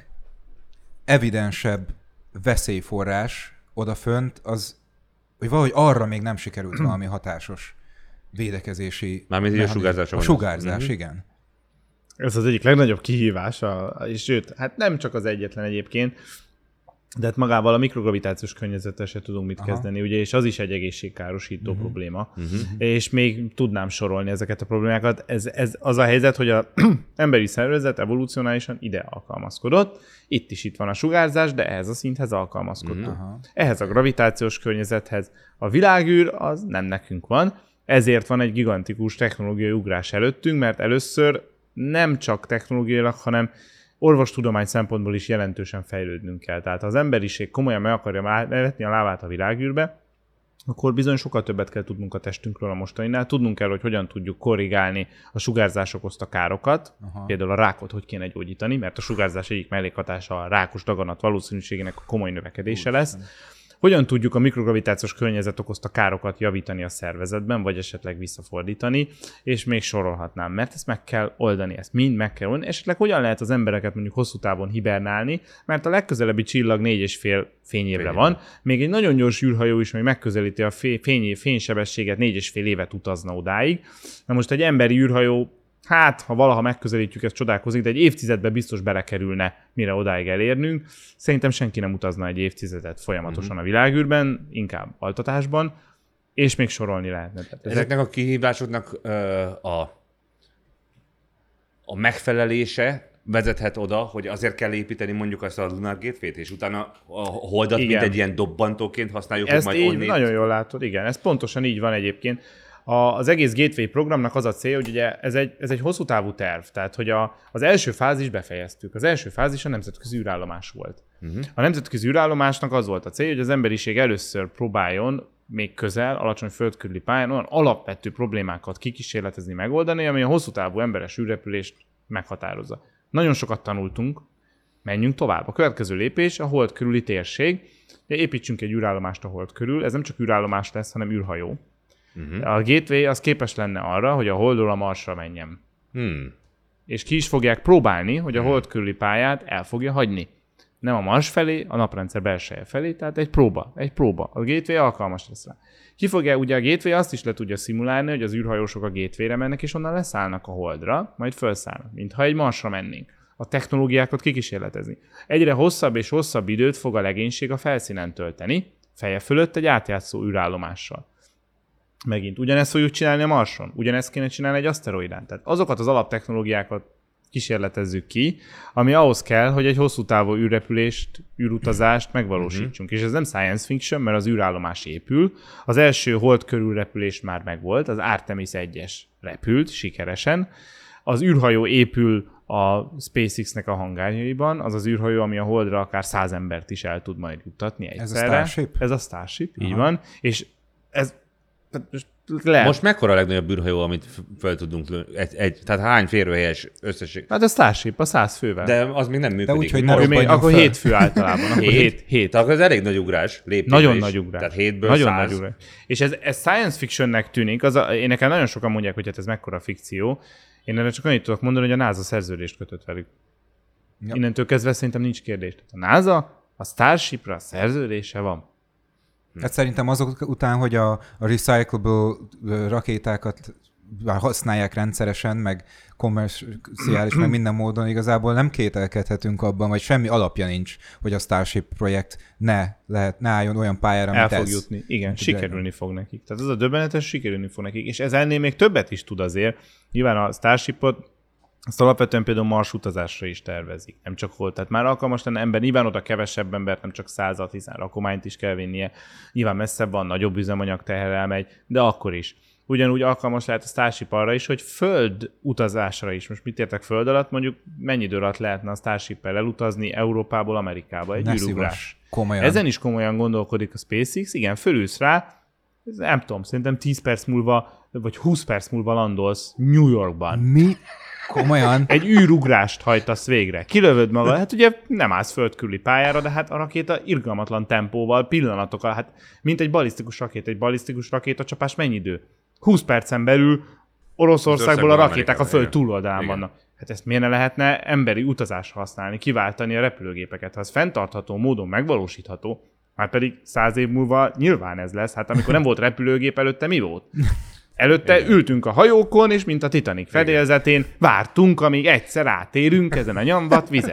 legevidensebb veszélyforrás odafönt, az, hogy valahogy arra még nem sikerült valami hatásos védekezési... Mármint így a mechanizmus. sugárzásra A gondolsz. sugárzás, Mhm. igen. Ez az egyik legnagyobb kihívás, a, és sőt, hát nem csak az egyetlen egyébként, de hát magával a mikrogravitációs környezettel se tudunk mit Aha. kezdeni, ugye, és az is egy egészségkárosító uh-huh. probléma. Uh-huh. És még tudnám sorolni ezeket a problémákat. Ez, ez az a helyzet, hogy az emberi szervezet evolúcionálisan ide alkalmazkodott. Itt is itt van a sugárzás, de ehhez a szinthez alkalmazkodtunk. Aha. Ehhez a gravitációs környezethez. A világűr az nem nekünk van, ezért van egy gigantikus technológiai ugrás előttünk, mert először nem csak technológiailag, hanem orvostudomány szempontból is jelentősen fejlődnünk kell. Tehát ha az emberiség komolyan meg akarja vetni a lábát a világűrbe, akkor bizony sokkal többet kell tudnunk a testünkről a mostaninál. Tudnunk kell, hogy hogyan tudjuk korrigálni a sugárzás okozta károkat, Aha. például a rákot hogy kéne gyógyítani, mert a sugárzás egyik mellékhatása a rákos daganat valószínűségének a komoly növekedése lesz. Hogyan tudjuk a mikrogravitációs környezet okozta károkat javítani a szervezetben, vagy esetleg visszafordítani, és még sorolhatnám, mert ezt meg kell oldani, ezt mind meg kell oldani. Esetleg hogyan lehet az embereket mondjuk hosszú távon hibernálni, mert a legközelebbi csillag négy és fél fényévre Fényév. van, még egy nagyon gyors űrhajó is, ami megközelíti a fény, fénysebességet, négy és fél évet utazna odáig. Na most egy emberi űrhajó, hát, ha valaha megközelítjük, ez csodálkozik, de egy évtizedbe biztos belekerülne, mire odáig elérnünk. Szerintem senki nem utazna egy évtizedet folyamatosan a világűrben, inkább altatásban, és még sorolni lehetne. Tehát ezek... Ezeknek a kihívásoknak ö, a, a megfelelése vezethet oda, hogy azért kell építeni mondjuk azt a Lunar Gateway-t, és utána a Holdat Igen. mint egy ilyen dobbantóként használjuk, hogy Ezt majd így onnét... nagyon jól látod, igen, ez pontosan így van egyébként. A, az egész Gateway programnak az a cél, hogy ugye ez egy, ez egy hosszú távú terv, tehát hogy a, az első fázis befejeztük. Az első fázis a nemzetközi űrállomás volt. Uh-huh. A nemzetközi űrállomásnak az volt a cél, hogy az emberiség először próbáljon még közel, alacsony földkörüli pályán olyan alapvető problémákat kikísérletezni, megoldani, ami a hosszú távú emberes űrrepülést meghatározza. Nagyon sokat tanultunk, Menjünk tovább. A következő lépés a hold körüli térség. De építsünk egy űrállomást a hold körül. Ez nem csak űrállomás lesz, hanem űrhajó. Uh-huh. A gateway az képes lenne arra, hogy a holdról a Marsra menjen. Hmm. És ki is fogják próbálni, hogy a hold körüli pályát el fogja hagyni. Nem a Mars felé, a naprendszer belseje felé, tehát egy próba, egy próba. A gateway alkalmas lesz rá. Ki fogja, ugye a gateway azt is le tudja szimulálni, hogy az űrhajósok a gatewayre mennek, és onnan leszállnak a holdra, majd felszállnak, mintha egy Marsra mennénk. A technológiákat kikísérletezni. Egyre hosszabb és hosszabb időt fog a legénység a felszínen tölteni, feje fölött egy átjátszó űrállomással. Megint ugyanezt fogjuk csinálni a Marson, ugyanezt kéne csinálni egy aszteroidán. Tehát azokat az alaptechnológiákat kísérletezzük ki, ami ahhoz kell, hogy egy hosszú távú űrrepülést, űrutazást megvalósítsunk. És ez nem science fiction, mert az űrállomás épül. Az első hold körül repülés már megvolt, az Artemis egyes repült sikeresen. Az űrhajó épül a SpaceX-nek a hangárjaiban, az az űrhajó, ami a holdra akár száz embert is el tud majd juttatni egyszerre. Ez a Starship? Ez a Starship, Aha. így van. És ez lehet. Most mekkora a legnagyobb űrhajó, amit fel tudunk lőni? Egy, egy, tehát hány férőhelyes összesség? Hát a Starship, a száz fővel. De az még nem működik. úgy, hogy Akkor, még, akkor fel. hét fő általában. Akkor hét, hét. Tehát ez elég nagy ugrás. Nagyon is. nagy ugrás. Tehát hétből nagyon száz. nagy ugrás. És ez, ez science fictionnek tűnik. Az a, én nekem nagyon sokan mondják, hogy hát ez mekkora fikció. Én erre csak annyit tudok mondani, hogy a NASA szerződést kötött velük. Ja. Innentől kezdve szerintem nincs kérdés. A NASA, a Starshipra szerződése van. Hát szerintem azok után, hogy a, a recyclable rakétákat használják rendszeresen, meg kommerciális, meg minden módon igazából nem kételkedhetünk abban, vagy semmi alapja nincs, hogy a Starship projekt ne, lehet, ne álljon olyan pályára, El mint fog ez. jutni. Igen, sikerülni fog nekik. Tehát ez a döbbenetes sikerülni fog nekik. És ez ennél még többet is tud azért. Nyilván a Starshipot azt alapvetően például Mars utazásra is tervezik, nem csak hol. Tehát már alkalmas lenne ember, nyilván oda kevesebb embert, nem csak százat, hiszen rakományt is kell vinnie. Nyilván messzebb van, nagyobb üzemanyag teherrel megy, de akkor is. Ugyanúgy alkalmas lehet a Starship arra is, hogy föld utazásra is. Most mit értek föld alatt? Mondjuk mennyi idő alatt lehetne a Starship-el elutazni Európából Amerikába? Egy űrugrás. Ezen is komolyan gondolkodik a SpaceX. Igen, fölülsz rá, nem tudom, szerintem tíz perc múlva, vagy húsz perc múlva landolsz New Yorkban. Mi? Komolyan? Egy űrugrást hajtasz végre. Kilövöd magad, hát ugye nem állsz földkörüli pályára, de hát a rakéta irgalmatlan tempóval, pillanatokkal, hát mint egy balisztikus rakéta. Egy balisztikus rakétacsapás mennyi idő? húsz percen belül Oroszországból a rakéták a föld túloldalán vannak. Hát ezt miért ne lehetne emberi utazásra használni, kiváltani a repülőgépeket? Ha ez fenntartható módon megvalósítható, már pedig száz év múlva nyilván ez lesz. Hát amikor nem volt repülőgép, előtte mi volt? Előtte igen. Ültünk a hajókon, és mint a Titanic fedélzetén vártunk, amíg egyszer átérünk ezen a nyomvat vizen.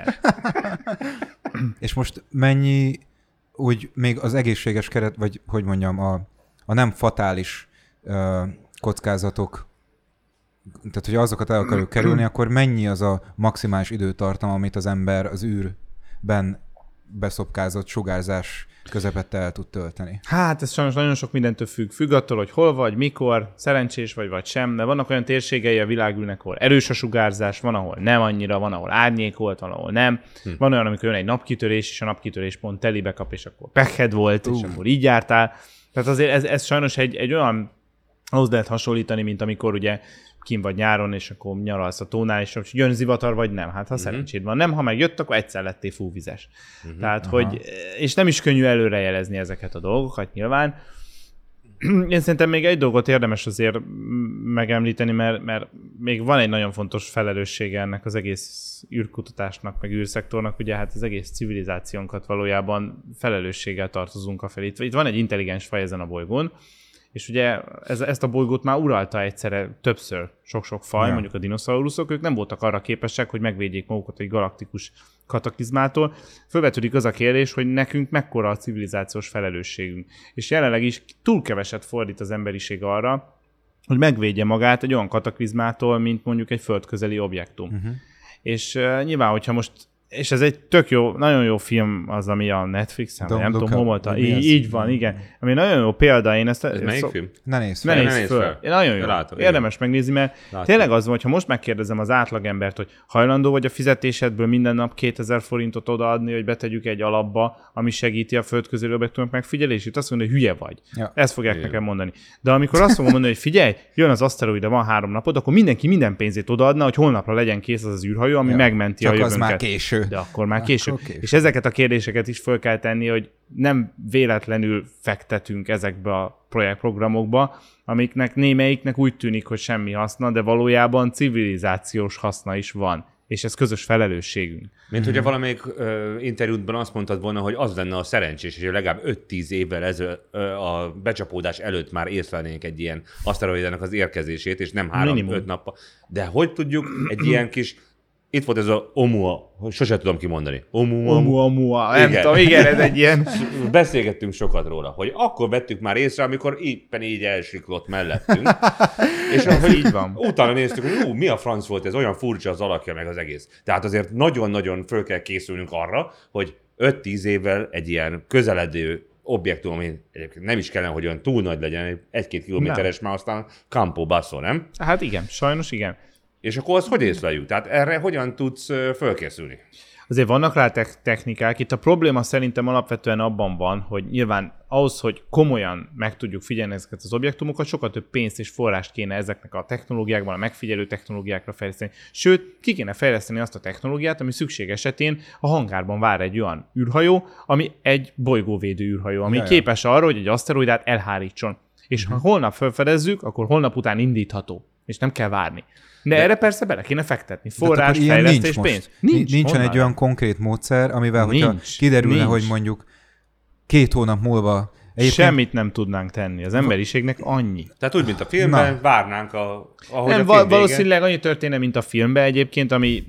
És most mennyi úgy még az egészséges keret, vagy hogy mondjam, a, a nem fatális uh, kockázatok, tehát hogy azokat el akarjuk kerülni, akkor mennyi az a maximális időtartam, amit az ember az űrben beszopkázott sugárzás közepette el tud tölteni? Hát ez sajnos nagyon sok mindentől függ. Függ attól, hogy hol vagy, mikor, szerencsés vagy, vagy sem, de vannak olyan térségei a világűrnek, ahol erős a sugárzás, van, ahol nem annyira, van, ahol árnyékolt, van, ahol nem. Hm. Van olyan, amikor jön egy napkitörés, és a napkitörés pont telibe kap, és akkor pekhed volt, uh. és akkor így jártál. Tehát azért ez, ez sajnos egy, egy olyan, ahhoz lehet hasonlítani, mint amikor ugye kim vagy nyáron, és akkor nyaralsz a tónál, és hogy jön zivatar, vagy nem. Hát ha uh-huh. szerencséd van. Nem, ha megjött, akkor egyszer lettél fúvizes. Uh-huh. Tehát, aha. hogy, és nem is könnyű előrejelezni ezeket a dolgokat nyilván. Én szerintem még egy dolgot érdemes azért megemlíteni, mert, mert még van egy nagyon fontos felelőssége ennek az egész űrkutatásnak, meg űrszektornak, ugye hát az egész civilizációnkat valójában felelősséggel tartozunk a felé. Itt van egy intelligens faj ezen a bolygón, és ugye ez, ezt a bolygót már uralta egyszerre többször sok-sok faj, ja. mondjuk a dinoszauruszok, ők nem voltak arra képesek, hogy megvédjék magukat egy galaktikus kataklizmától. Fölvetődik az a kérdés, hogy nekünk mekkora a civilizációs felelősségünk. És jelenleg is túl keveset fordít az emberiség arra, hogy megvédje magát egy olyan kataklizmától, mint mondjuk egy földközeli objektum. Uh-huh. És uh, nyilván, hogyha most és ez egy tök jó, nagyon jó film az, ami a Netflixen, nem tudom, hol volt. Így, így van, igen. Ami nagyon jó példa, én ezt... Ez melyik szó... film? Ne nézz fel. Ne nézz föl. föl. Nagyon jó. Látom, érdemes igen. megnézni, mert Látom. tényleg az van, hogy ha most megkérdezem az átлагembert, hogy hajlandó vagy a fizetésedből minden nap kétezer forintot odaadni, hogy betegyük egy alapba, ami segíti a földközeli objektumok megfigyelését, azt mondja, hogy hülye vagy. Ja. Ezt fogják igen. nekem mondani. De amikor azt fogom mondani, hogy figyelj, jön az aszteroida, van három napod, akkor mindenki minden pénzét odaadna, hogy holnapra legyen kész az az űrhajó, ami ja. megmenti Csak a jövőnket. Az már késő. késő. De akkor már késő. Akkor késő. És ezeket a kérdéseket is föl kell tenni, hogy nem véletlenül fektetünk ezekbe a projektprogramokba, amiknek némelyiknek úgy tűnik, hogy semmi haszna, de valójában civilizációs haszna is van. És ez közös felelősségünk. Mint hogyha valamelyik ö, interjútban azt mondtad volna, hogy az lenne a szerencsés, hogy legalább öt-tíz évvel ezelőtt a becsapódás előtt már észlelnénk egy ilyen aszteroidának az érkezését, és nem három-öt nappal. De hogy tudjuk egy ilyen kis... Itt volt ez a Omua, sose tudom kimondani. Omua, Omua, nem tudom, igen, ez egy ilyen... Beszélgettünk sokat róla, hogy akkor vettük már észre, amikor éppen így elsiklott mellettünk. És ahogy így van. Utána néztük, hogy ú, mi a franc volt ez, olyan furcsa az alakja meg az egész. Tehát azért nagyon-nagyon föl kell készülnünk arra, hogy öt-tíz évvel egy ilyen közeledő objektum, ami egyébként nem is kellene, hogy olyan túl nagy legyen, egy-két kilométeres, már aztán Campo Basso, nem? Hát igen, sajnos igen. És akkor azt hogy észleljük? Tehát erre hogyan tudsz fölkészülni? Azért vannak rá te- technikák. Itt a probléma szerintem alapvetően abban van, hogy nyilván ahhoz, hogy komolyan meg tudjuk figyelni ezeket az objektumokat, sokkal több pénzt és forrást kéne ezeknek a technológiákban, a megfigyelő technológiákra fejleszteni. Sőt, ki kéne fejleszteni azt a technológiát, ami szükség esetén a hangárban vár egy olyan űrhajó, ami egy bolygóvédő űrhajó, ami Jaj. képes arra, hogy egy aszteroidát elhárítson. És uh-huh. ha holnap felfedezzük, akkor holnap után indítható, és nem kell várni. De, De erre persze bele kéne fektetni. Forrás, fejlesztés, pénz. Nincs. Nincsen egy olyan konkrét módszer, amivel, nincs, hogyha kiderülne, nincs. hogy mondjuk két hónap múlva... Egyébként... Semmit nem tudnánk tenni. Az emberiségnek annyi. Tehát úgy, mint a filmben, Na. várnánk, a, ahogy nem, a film valószínűleg annyi történne, mint a filmben egyébként, ami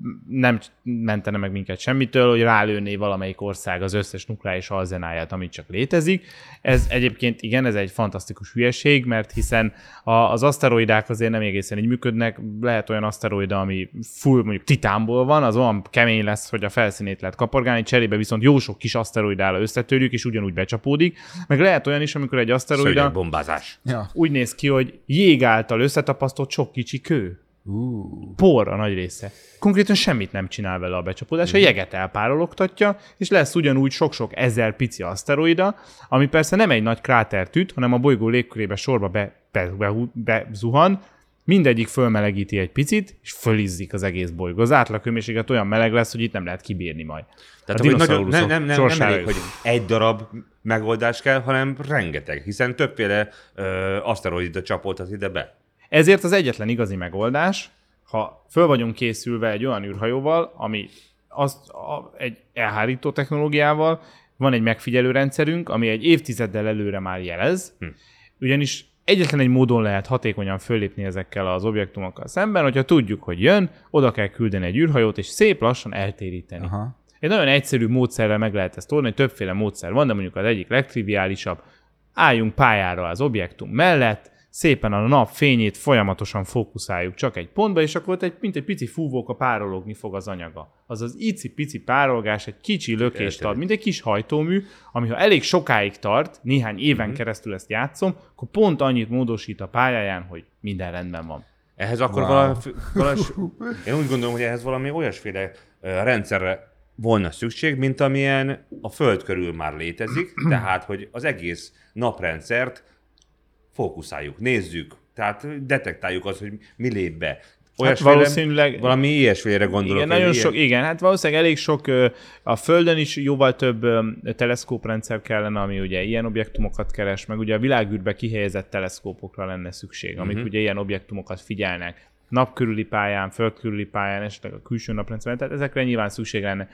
nem mentene meg minket semmitől, hogy rálőné valamelyik ország az összes nukleáris arzenáját, amit csak létezik. Ez egyébként, igen, ez egy fantasztikus hülyeség, mert hiszen a, az aszteroidák azért nem egészen így működnek. Lehet olyan aszteroida, ami full mondjuk titánból van, az olyan kemény lesz, hogy a felszínét lehet kapargálni, cserébe viszont jó sok kis aszteroidára összetörjük, és ugyanúgy becsapódik. Meg lehet olyan is, amikor egy aszteroida bombázás. Ja. úgy néz ki, hogy jég által összetapasztott sok kicsi kő. Uh. Por a nagy része. Konkrétan semmit nem csinál vele a becsapódás, uh. a jeget elpárologtatja, és lesz ugyanúgy sok-sok ezer pici aszteroida, ami persze nem egy nagy krátert üt, hanem a bolygó légkörébe sorba be, be, be, be zuhan, mindegyik fölmelegíti egy picit, és fölizzik az egész bolygó. Az átlaghőmérséklet olyan meleg lesz, hogy itt nem lehet kibírni majd. Tehát hogy nagyon, nem, nem, nem, nem elég, hogy egy darab megoldás kell, hanem rengeteg, hiszen többféle ö, aszteroida csapoltat ide be. Ezért az egyetlen igazi megoldás, ha föl vagyunk készülve egy olyan űrhajóval, ami az, a, egy elhárító technológiával, van egy megfigyelő rendszerünk, ami egy évtizeddel előre már jelez, hm. ugyanis egyetlen egy módon lehet hatékonyan föllépni ezekkel az objektumokkal szemben, hogyha tudjuk, hogy jön, oda kell küldeni egy űrhajót, és szép lassan eltéríteni. Aha. Egy nagyon egyszerű módszerrel meg lehet ezt oldani, többféle módszer van, de mondjuk az egyik legtriviálisabb. Álljunk pályára az objektum mellett, szépen a nap fényét folyamatosan fókuszáljuk csak egy pontba, és akkor ott egy, mint egy pici fúvóka párologni fog az anyaga. Az az icipici párolgás egy kicsi lökést ad, mint egy kis hajtómű, ami ha elég sokáig tart, néhány éven uh-huh. keresztül ezt játszom, akkor pont annyit módosít a pályáján, hogy minden rendben van. Ehhez akkor wow. valami, valami, én úgy gondolom, hogy ehhez valami olyasféle uh, rendszerre volna szükség, mint amilyen a Föld körül már létezik, tehát hogy az egész naprendszert fókuszáljuk, nézzük, tehát detektáljuk azt, hogy mi lép be. Hát valószínűleg... Valami ilyesfélre gondolok. Igen, nagyon ilyen... sok, igen, hát valószínűleg elég sok, a Földön is jóval több teleszkóprendszer kellene, ami ugye ilyen objektumokat keres, meg ugye a világűrbe kihelyezett teleszkópokra lenne szükség, amik uh-huh. ugye ilyen objektumokat figyelnek. Nap körüli pályán, föld körüli pályán, esetleg a külső naprendszerben, tehát ezekre nyilván szükség lenne.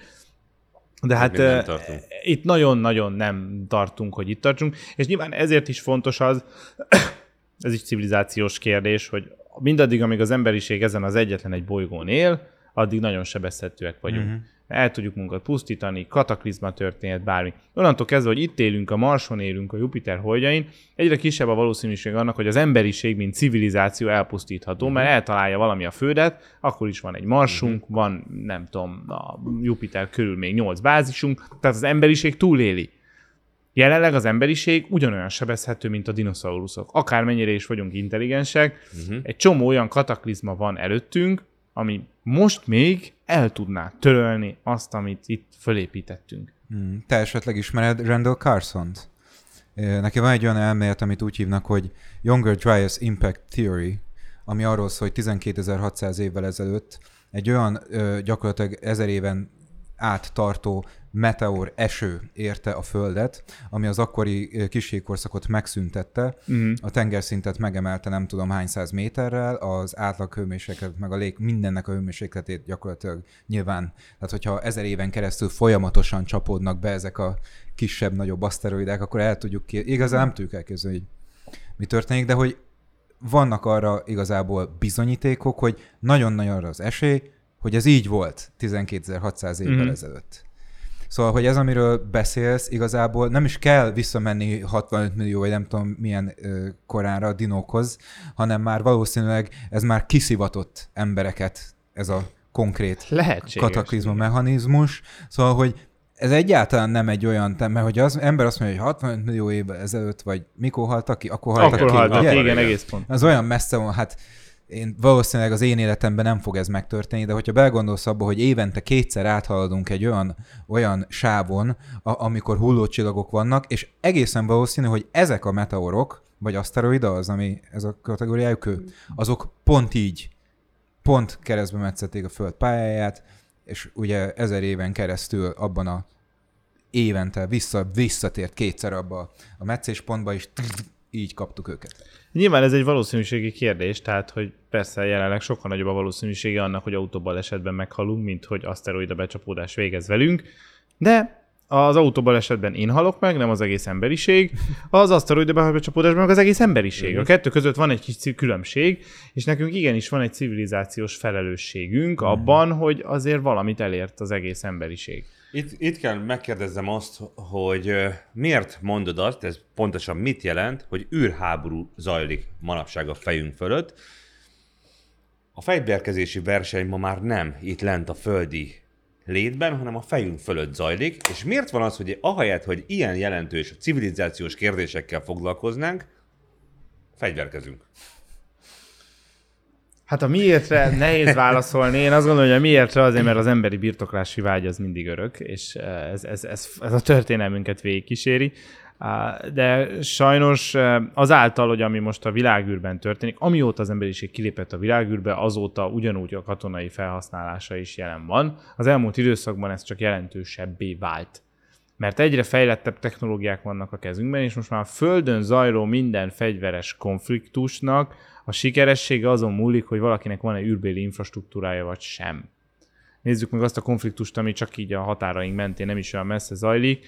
De hát uh, itt nagyon-nagyon nem tartunk, hogy itt tartsunk, és nyilván ezért is fontos az, ez is civilizációs kérdés, hogy mindaddig, amíg az emberiség ezen az egyetlen egy bolygón él, addig nagyon sebezhetőek vagyunk. Uh-huh. El tudjuk munkat pusztítani, kataklizma történhet, bármi. Onnantól kezdve, hogy itt élünk, a Marson élünk, a Jupiter holdjain, egyre kisebb a valószínűség annak, hogy az emberiség, mint civilizáció elpusztítható, uh-huh. mert eltalálja valami a Földet, akkor is van egy Marsunk, uh-huh. van, nem tudom, a Jupiter körül még nyolc bázisunk, tehát az emberiség túléli. Jelenleg az emberiség ugyanolyan sebezhető, mint a dinoszauruszok. Akármennyire is vagyunk intelligensek, uh-huh. egy csomó olyan kataklizma van előttünk, ami most még el tudná törölni azt, amit itt fölépítettünk. Hmm. Te esetleg ismered Randall Carsont? Neki van egy olyan elmélet, amit úgy hívnak, hogy Younger Dryas Impact Theory, ami arról szól, hogy tizenkétezer-hatszáz évvel ezelőtt egy olyan ö, gyakorlatilag ezer éven áttartó meteor eső érte a Földet, ami az akkori kisjégkorszakot megszüntette, uh-huh. a tengerszintet megemelte nem tudom hány száz méterrel, az átlag hőmérséklet, meg a lég, mindennek a hőmérsékletét gyakorlatilag nyilván, tehát hogyha ezer éven keresztül folyamatosan csapódnak be ezek a kisebb-nagyobb aszteroidák, akkor el tudjuk ki, igazán nem tudjuk elképzelni, hogy mi történik, de hogy vannak arra igazából bizonyítékok, hogy nagyon-nagyon arra az esély, hogy ez így volt tizenkétezer-hatszáz évvel uh-huh. ezelőtt. Szóval, hogy ez, amiről beszélsz, igazából nem is kell visszamenni hatvanöt millió, vagy nem tudom milyen ö, koránra a dinókhoz, hanem már valószínűleg ez már kiszivatott embereket, ez a konkrét lehetséges kataklizma mechanizmus. Szóval, hogy ez egyáltalán nem egy olyan, mert hogy az ember azt mondja, hogy hatvanöt millió évvel ezelőtt, vagy mikor haltak ki, akkor haltak akkor ki. Akkor haltak ki, igen, egész pont. Az olyan messze van, hát én, valószínűleg az én életemben nem fog ez megtörténni, de hogyha belegondolsz abba, hogy évente kétszer áthaladunk egy olyan, olyan sávon, a, amikor hullócsillagok vannak, és egészen valószínű, hogy ezek a meteorok, vagy aszteroida, az, ami ez a kategóriájuk, azok pont így, pont keresztbe metszették a Föld pályáját, és ugye ezer éven keresztül abban a évente vissza, visszatért kétszer abba a metszéspontba, és így kaptuk őket. Nyilván ez egy valószínűségi kérdés, tehát hogy persze jelenleg sokkal nagyobb a valószínűsége annak, hogy autóbalesetben meghalunk, mint hogy aszteroida becsapódás végez velünk, de az autóbalesetben én halok meg, nem az egész emberiség, az aszteroida becsapódásban meg az egész emberiség. A kettő között van egy kis különbség, és nekünk igenis van egy civilizációs felelősségünk abban, hogy azért valamit elért az egész emberiség. Itt, itt kell megkérdezzem azt, hogy miért mondod azt, ez pontosan mit jelent, hogy űrháború zajlik manapság a fejünk fölött. A fegyverkezési verseny ma már nem itt lent a földi létben, hanem a fejünk fölött zajlik, és miért van az, hogy ahelyett, hogy ilyen jelentős civilizációs kérdésekkel foglalkoznánk, fegyverkezünk? Hát a miértre nehéz válaszolni. Én azt gondolom, hogy a miértre azért, mert az emberi birtoklási vágy az mindig örök, és ez, ez, ez, ez a történelmünket végigkíséri. De sajnos azáltal, hogy ami most a világűrben történik, amióta az emberiség kilépett a világűrbe, azóta ugyanúgy a katonai felhasználása is jelen van. Az elmúlt időszakban ez csak jelentősebbé vált. Mert egyre fejlettebb technológiák vannak a kezünkben, és most már a Földön zajló minden fegyveres konfliktusnak a sikeressége azon múlik, hogy valakinek van-e űrbéli infrastruktúrája, vagy sem. Nézzük meg azt a konfliktust, ami csak így a határaink mentén nem is olyan messze zajlik.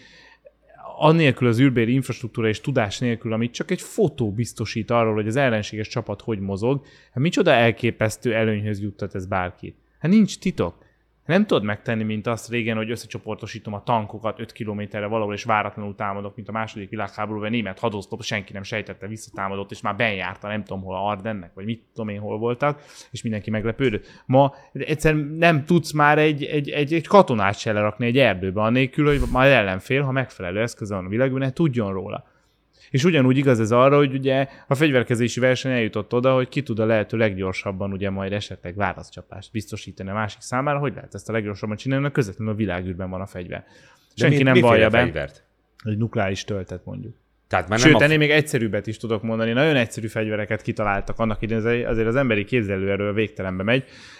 Annélkül az űrbéli infrastruktúra és tudás nélkül, amit csak egy fotó biztosít arról, hogy az ellenséges csapat hogy mozog, hát micsoda elképesztő előnyhöz juttat ez bárkit. Hát nincs titok. Nem tudod megtenni, mint azt régen, hogy összecsoportosítom a tankokat öt kilométerre valahol, és váratlanul támadok, mint a második világháborúban, német hadoszlop, senki nem sejtette, visszatámadott, és már benjárta, nem tudom hol, a Ardennek, vagy mit tudom én hol voltak, és mindenki meglepődött. Ma egyszerűen nem tudsz már egy, egy, egy, egy katonát se lerakni egy erdőbe, annélkül, hogy majd ellenfél, ha megfelelő eszköze van a világban, tudjon róla. És ugyanúgy igaz ez arra, hogy ugye a fegyverkezési verseny eljutott oda, hogy ki tud a lehető leggyorsabban ugye majd esetleg válaszcsapást biztosítani a másik számára, hogy lehet ezt a leggyorsabban csinálni, mert közvetlenül a világűrben van a fegyver. Senki mi, nem vallja be, fegyvert? egy nukleáris töltet mondjuk. Tehát már Sőt, nem ennél a... még egyszerűbbet is tudok mondani. Nagyon egyszerű fegyvereket kitaláltak annak idején, azért az emberi képzelőerő végtelenbe megy.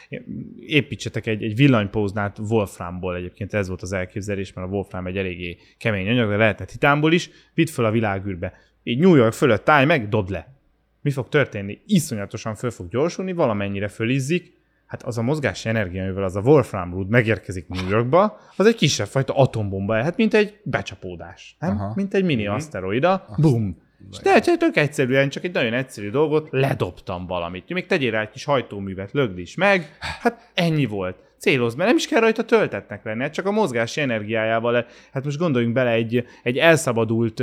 Építsetek egy, egy villanypóznát Wolframból, egyébként ez volt az elképzelés, mert a Wolfram egy eléggé kemény anyag, de lehetett titánból is, vidd föl a világűrbe. Így New York fölött állj meg, dobd le. Mi fog történni? Iszonyatosan föl fog gyorsulni, valamennyire fölizzik. Hát az a mozgási energia, amivel az a Wolfram Rúd megérkezik New Yorkba, az egy kisebb fajta atombomba, hát mint egy becsapódás. Nem? Aha. Mint egy mini Mhm. aszteroida. Bum! És de tök egyszerűen, csak egy nagyon egyszerű dolgot, ledobtam valamit. Még tegyél rá egy kis hajtóművet, lögd is meg. Hát ennyi volt. Célozd, mert nem is kell rajta töltetnek lenni, hát csak a mozgási energiájával. Hát most gondoljunk bele egy, egy elszabadult,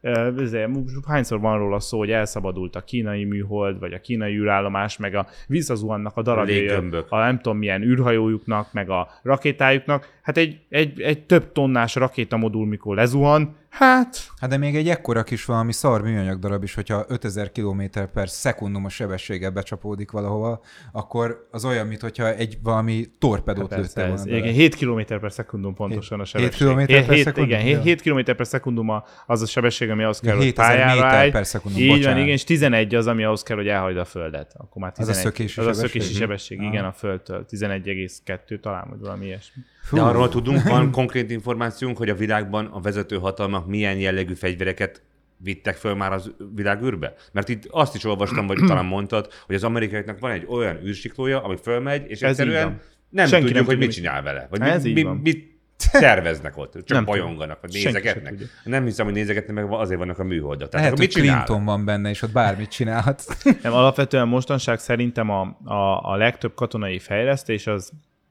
uh, hányszor van róla szó, hogy elszabadult a kínai műhold, vagy a kínai űrállomás, meg a visszazuhannak a darabjai, a, a nem tudom milyen űrhajójuknak, meg a rakétájuknak. Hát egy, egy, egy több tonnás rakétamodul, mikor lezuhan, hát... Hát de még egy ekkora kis valami szar műanyag darab is, hogyha ötezer kilométer per szekundum a sebességgel becsapódik valahova, akkor az olyan, mintha egy valami torpedót hát lőtte volna. Igen, hét kilométer per szekundum pontosan a sebesség. hét kilométer per szekundum? Igen, hét kilométer per szekundum az a sebesség, ami ahhoz kell, Ja, hogy pályára állj. per szekundum, Így van, bocsánat. igen, és tizenegy az, ami ahhoz kell, hogy elhagyd a földet. Akkor már Az a tizenegy. szökési az a sebesség? szökési sebesség, Mhm. igen, a földtől. tizenegy egész kettő talán, vagy valami ilyesmi. De arról tudunk, van konkrét információnk, hogy a világban a vezető hatalmak milyen jellegű fegyvereket vittek föl már az világűrbe? Mert itt azt is olvastam, vagy talán mondtad, hogy az amerikaiaknak van egy olyan űrsiklója, ami fölmegy, és Ez egyszerűen így van. nem Senki tudjuk, nem hogy tud, mit mit- csinál vele. Vagy Ez mi, így mi, van. mit terveznek ott. Csak Nem bajonganak, vagy Senki se nézegetnek. tudja. Nem hiszem, hogy nézegetnek, meg azért vannak a műholdak. Tehát Lehet, akkor hogy mit csinál? Clinton van benne, és ott bármit csinálhat. Nem, alapvetően mostanság szerintem a, a, a legtöbb katonai fejlesztés az,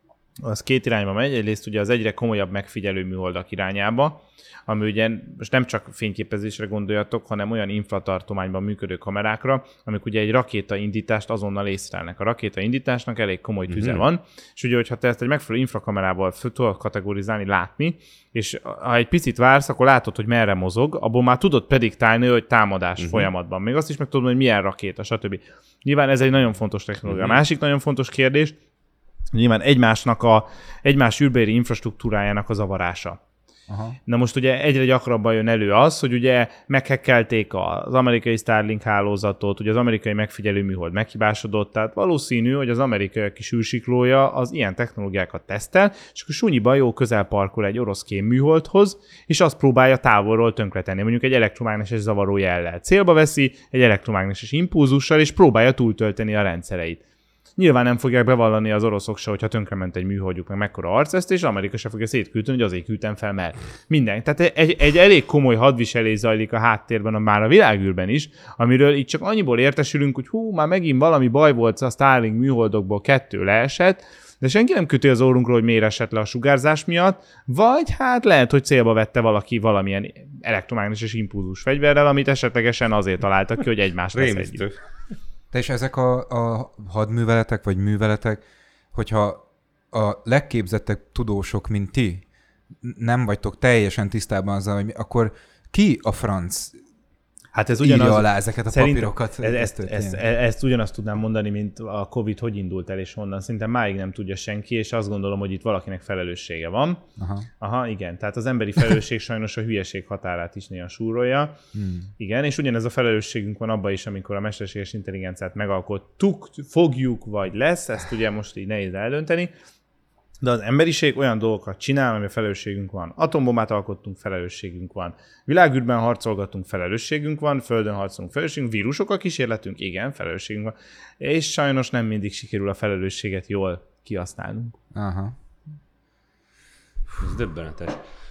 az két irányba megy. Egyrészt ugye az egyre komolyabb megfigyelő műholdak irányába, ami ugye most nem csak fényképezésre gondoljatok, hanem olyan infratartományban működő kamerákra, amik ugye egy rakétaindítást azonnal észlelnek. A rakétaindításnak elég komoly tüze Mhm. van, és ugye, hogyha te ezt egy megfelelő infrakamerával föl tudod kategorizálni, látni, és ha egy picit vársz, akkor látod, hogy merre mozog, abból már tudod prediktálni, hogy támadás Mhm. folyamatban. Még azt is meg tudod, hogy milyen rakéta, stb. Nyilván ez egy nagyon fontos technológia. A másik nagyon fontos kérdés, nyilván egymásnak a, egymás űrbéri infrastruktúrájának a zavarása. Aha. Na most ugye egyre gyakrabban jön elő az, hogy ugye meghekkelték az amerikai Starlink hálózatot, ugye az amerikai megfigyelő műhold meghibásodott, tehát valószínű, hogy az amerikai kis űrsiklója az ilyen technológiákat tesztel, és akkor sunyiban jó közel parkol egy orosz kém műholdhoz, és azt próbálja távolról tönkretenni, mondjuk egy elektromágneses zavaró jellel. Célba veszi egy elektromágneses impulzussal, és próbálja túltölteni a rendszereit. Nyilván nem fogják bevallani az oroszok se, hogyha tönkrement egy műholdjuk, meg mekkora arcvesztés, és Amerika se fogja szétküldeni, hogy azért küldtem fel, mert minden. Tehát egy, egy elég komoly hadviselés zajlik a háttérben, már a világűrben is, amiről itt csak annyiból értesülünk, hogy hú, már megint valami baj volt, a Starlink műholdokból kettő leesett, de senki nem köti az órunkról, hogy miért esett le a sugárzás miatt, vagy hát lehet, hogy célba vette valaki valamilyen elektromágneses impulzus fegyverrel, amit esetlegesen azért találtak ki, hogy egymást leszedjük. Rémisztő. De és ezek a, a hadműveletek, vagy műveletek, hogyha a legképzettebb tudósok, mint ti, nem vagytok teljesen tisztában azzal, hogy mi, akkor ki a franc Hát ez írja ugyanaz, alá ezeket a szerintem papírokat? Ez, ezt, ezt, ezt ugyanazt tudnám mondani, mint a Covid hogy indult el és honnan. Szerintem máig nem tudja senki, és azt gondolom, hogy itt valakinek felelőssége van. Aha. Aha, igen. Tehát az emberi felelősség sajnos a hülyeség határát is néha súrolja. Hmm. Igen, és ugyanez a felelősségünk van abban is, amikor a mesterséges intelligenciát megalkottuk, fogjuk, vagy lesz, ezt ugye most így nehéz eldönteni. De az emberiség olyan dolgokat csinál, ami a felelősségünk van. Atombombát alkottunk, felelősségünk van. Világűrben harcolgatunk, felelősségünk van. Földön harcolunk, felelősségünk. Vírusokkal kísérletünk, igen, felelősségünk van. És sajnos nem mindig sikerül a felelősséget jól kihasználnunk. Aha. Ez döbbenetes.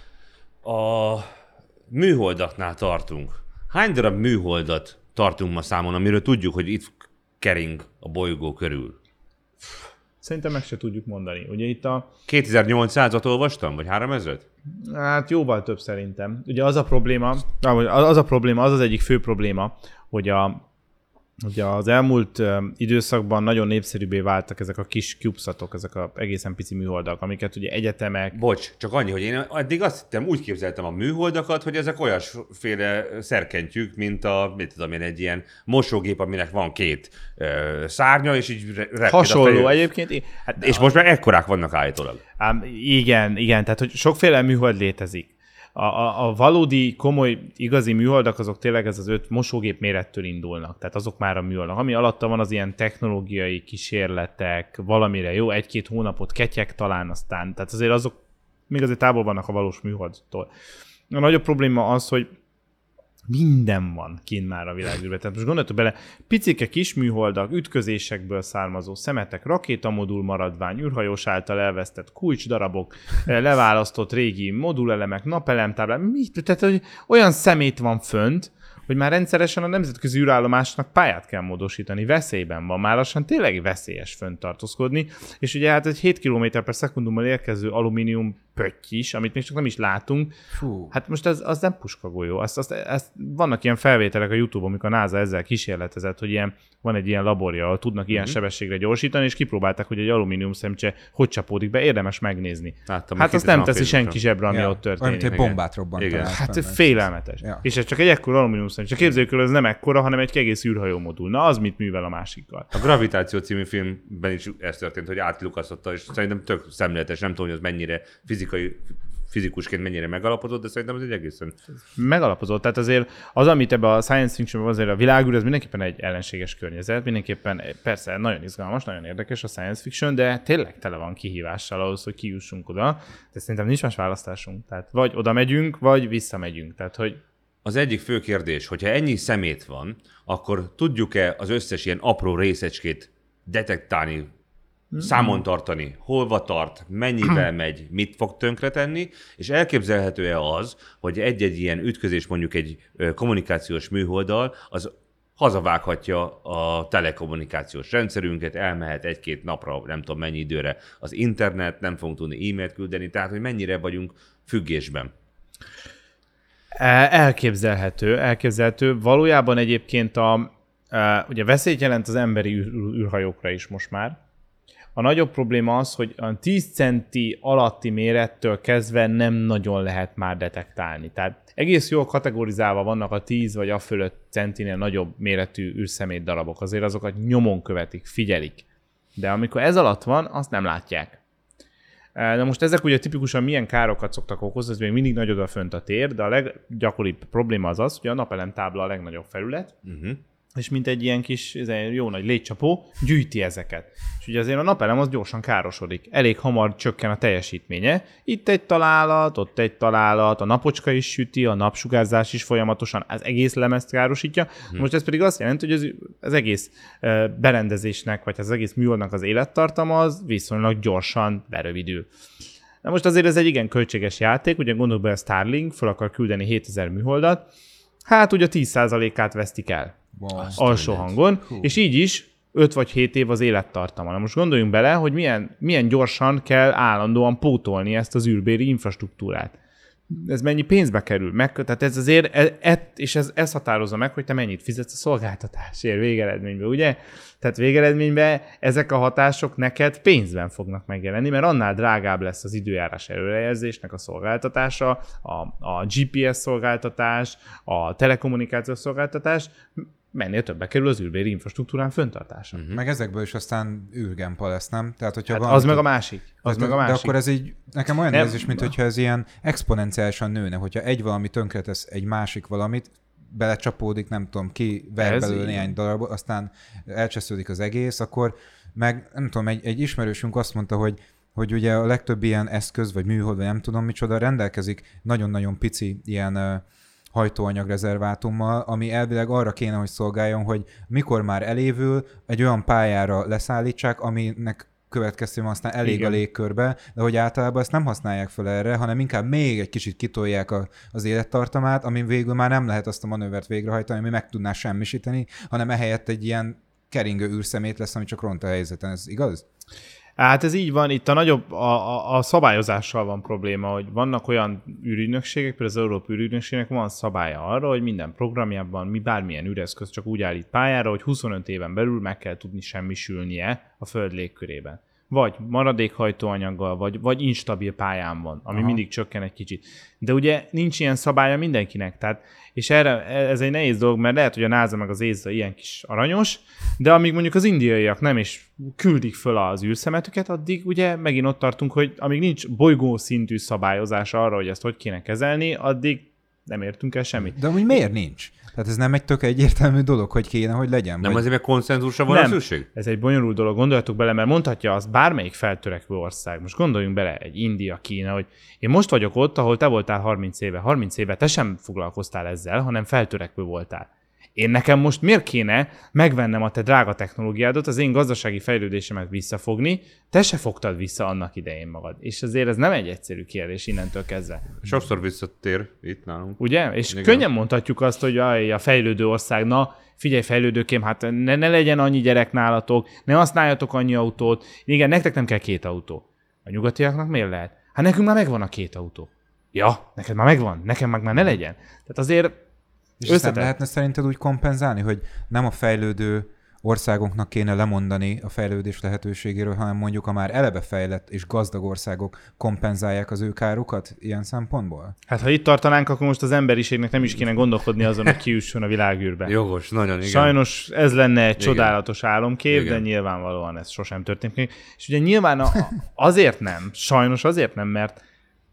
A műholdaknál tartunk. Hány darab műholdat tartunk ma számon, amiről tudjuk, hogy itt kering a bolygó körül? Szerintem meg se tudjuk mondani. Ugye itt a... kétezer-nyolcszázat olvastam, vagy háromezret? Hát jóval több szerintem. Ugye az a probléma, az a probléma, az az egyik fő probléma, hogy a Ugye az elmúlt uh, időszakban nagyon népszerűbbé váltak ezek a kis CubeSatok, ezek a egészen pici műholdak, amiket ugye egyetemek... Bocs, csak annyi, hogy én addig azt hittem, úgy képzeltem a műholdakat, hogy ezek olyasféle szerkentyűk, mint a, mit tudom én, egy ilyen mosógép, aminek van két uh, szárnya, és így repked Hasonló a egyébként. Hát, és most már ekkorák vannak állítólag. Ám, igen, igen, tehát hogy sokféle műhold létezik. A, a, a valódi, komoly, igazi műholdak azok tényleg ez az öt mosógép mérettől indulnak. Tehát azok már a műholdak. Ami alatta van, az ilyen technológiai kísérletek, valamire jó, egy-két hónapot ketyek talán aztán. Tehát azért azok még azért távol vannak a valós műholdtól. A nagyobb probléma az, hogy minden van kint már a világűrben. Tehát most gondoljatok bele, picike kis műholdak, ütközésekből származó szemetek, rakétamodul maradvány, űrhajós által elvesztett kulcsdarabok, leválasztott régi modulelemek, napelemtáblák, mit? Tehát hogy olyan szemét van fönt, hogy már rendszeresen a nemzetközi űrállomásnak pályát kell módosítani, veszélyben van, már lassan tényleg veszélyes fönt tartózkodni, és ugye hát egy hét kilométer per szekundummal érkező alumínium pötty is, amit még csak nem is látunk. Fú. Hát most ez, az nem puskagolyó. Azt, azt, azt, vannak ilyen felvételek a YouTube-on, amikor a NASA ezzel kísérletezett, hogy ilyen, van egy ilyen laborja, ahol tudnak ilyen mm-hmm. sebességre gyorsítani, és kipróbálták, hogy egy alumínium szemcse hogy csapódik be, érdemes megnézni. Láttam, hát azt nem teszi Facebookon. senki zsebre, ami Ja. ott Olyan, történik. mint egy bombát robbantanak. Hát félelmetes. Ja. És ez csak egy ekkora alumínium szemcse. Képzeljük el, ez nem ekkora, hanem egy egész űrhajó modul. Na, az mit művel a másikkal? A Gravitáció című filmben is ez történt, hogy átlukasztotta, és szerintem tök szemléletes, nem tudom, hogy az mennyire fizikai fizikusként mennyire megalapozott, de szerintem ez egy egészen... Megalapozott. Tehát azért az, amit ebben a science fiction azért a világűr, ez mindenképpen egy ellenséges környezet, mindenképpen persze nagyon izgalmas, nagyon érdekes a science fiction, de tényleg tele van kihívással ahhoz, hogy kijussunk oda. De szerintem nincs más választásunk. Tehát vagy oda megyünk, vagy visszamegyünk. Tehát, hogy Az egyik fő kérdés, hogyha ennyi szemét van, akkor tudjuk-e az összes ilyen apró részecskét detektálni, számon tartani, holva tart, mennyivel megy, mit fog tönkretenni, és elképzelhető-e az, hogy egy-egy ilyen ütközés mondjuk egy kommunikációs műholddal, az hazavághatja a telekommunikációs rendszerünket, elmehet egy-két napra, nem tudom mennyi időre az internet, nem fogunk tudni e-mailt küldeni, tehát hogy mennyire vagyunk függésben. Elképzelhető, elképzelhető. Valójában egyébként a, ugye veszélyt jelent az emberi űr, űrhajókra is most már. A nagyobb probléma az, hogy a tíz centi alatti mérettől kezdve nem nagyon lehet már detektálni. Tehát egész jól kategorizálva vannak a tíz vagy a fölött centinél nagyobb méretű űrszemét darabok. Azért azokat nyomon követik, figyelik. De amikor ez alatt van, azt nem látják. De most ezek ugye tipikusan milyen károkat szoktak okozni, ez még mindig nagy odafönt a tér, de a leggyakoribb probléma az az, hogy a napelemtábla a legnagyobb felület, uh-huh. és mint egy ilyen kis jó nagy légycsapó, gyűjti ezeket. És ugye azért a napelem az gyorsan károsodik. Elég hamar csökken a teljesítménye. Itt egy találat, ott egy találat, a napocska is süti, a napsugárzás is folyamatosan az egész lemezt károsítja. Hmm. Most ez pedig azt jelenti, hogy az, az egész berendezésnek, vagy az egész műholdnak az élettartama az viszonylag gyorsan berövidül. Na most azért ez egy igen költséges játék, ugye gondolj be, a Starlink fel akar küldeni hétezer műholdat, hát ugye tíz százalékát vesztik el. Wow, alsó hangon, Hú. és így is öt vagy hét év az élettartama. Na most gondoljunk bele, hogy milyen, milyen gyorsan kell állandóan pótolni ezt az űrbéri infrastruktúrát. Ez mennyi pénzbe kerül? Meg, tehát ez azért, ez, és ez, ez határozza meg, hogy te mennyit fizetsz a szolgáltatásért végeredményben, ugye? Tehát végeredményben ezek a hatások neked pénzben fognak megjelenni, mert annál drágább lesz az időjárás előrejelzésnek a szolgáltatása, a, a gé pé es szolgáltatás, a telekommunikációs szolgáltatás, mennél többbe kerül az űrbéri infrastruktúrán föntartása. Uh-huh. Meg ezekből is aztán űrgempa lesz, nem? Tehát, hogyha hát van, az meg a másik. Az de, meg a másik. De akkor ez így, nekem olyan érzés, mint hogyha ez ilyen exponenciálisan nőne, hogyha egy valami tönkretesz egy másik valamit, belecsapódik, nem tudom, ki ver belőle néhány darabot, aztán elcsesződik az egész, akkor meg, nem tudom, egy, egy ismerősünk azt mondta, hogy hogy ugye a legtöbb ilyen eszköz, vagy műhold, vagy nem tudom micsoda, rendelkezik nagyon-nagyon pici ilyen uh, hajtóanyagrezervátummal, ami elvileg arra kéne, hogy szolgáljon, hogy mikor már elévül, egy olyan pályára leszállítsák, aminek következtében aztán elég Igen. a légkörbe, de hogy általában ezt nem használják fel erre, hanem inkább még egy kicsit kitolják a, az élettartamát, amin végül már nem lehet azt a manővert végrehajtani, ami meg tudná semmisíteni, hanem ehelyett egy ilyen keringő űrszemét lesz, ami csak ront a helyzeten. Ez igaz? Hát ez így van, itt a nagyobb, a, a, a szabályozással van probléma, hogy vannak olyan űrügynökségek, például az Európai űrügynökségnek van szabálya arra, hogy minden programjában mi bármilyen űreszköz csak úgy állít pályára, hogy huszonöt éven belül meg kell tudni semmisülnie a Föld légkörében. Vagy maradékhajtóanyaggal, vagy, vagy instabil pályán van, ami Aha. mindig csökken egy kicsit. De ugye nincs ilyen szabálya mindenkinek, tehát, és erre, ez egy nehéz dolog, mert lehet, hogy a NASA meg az é zé á ilyen kis aranyos, de amíg mondjuk az indiaiak nem is küldik föl az űrszemetüket, addig ugye megint ott tartunk, hogy amíg nincs bolygó szintű szabályozás arra, hogy ezt hogy kéne kezelni, addig nem értünk el semmit. De amúgy miért nincs? Tehát ez nem egy tök egyértelmű dolog, hogy kéne, hogy legyen? Nem vagy... azért, mert konszenzusra van a szükség? Ez egy bonyolult dolog, gondoljatok bele, mert mondhatja azt bármelyik feltörekvő ország. Most gondoljunk bele, egy India, Kína, hogy én most vagyok ott, ahol te voltál harminc éve. harminc éve te sem foglalkoztál ezzel, hanem feltörekvő voltál. Én nekem most miért kéne megvennem a te drága technológiádat, az én gazdasági fejlődésemet visszafogni, te se fogtad vissza annak idején magad. És azért ez nem egy egyszerű kérdés innentől kezdve. Sokszor visszatér itt nálunk. Ugye? És Igen. könnyen mondhatjuk azt, hogy aj, a fejlődő ország, na figyelj fejlődőkém, hát ne, ne legyen annyi gyerek nálatok, ne használjatok annyi autót. Igen, nektek nem kell két autó. A nyugatiaknak miért lehet? Hát nekünk már megvan a két autó. Ja, neked már megvan, nekem meg már ne legyen. Tehát azért és ezt nem lehetne szerinted úgy kompenzálni, hogy nem a fejlődő országoknak kéne lemondani a fejlődés lehetőségéről, hanem mondjuk a már eleve fejlett és gazdag országok kompenzálják az ő kárukat ilyen szempontból? Hát ha itt tartanánk, akkor most az emberiségnek nem is kéne gondolkodni azon, hogy kiüssön a világűrbe. Jogos, nagyon igen. Sajnos ez lenne egy igen. csodálatos álomkép, igen. de nyilvánvalóan ez sosem történik. És ugye nyilván a, azért nem, sajnos azért nem, mert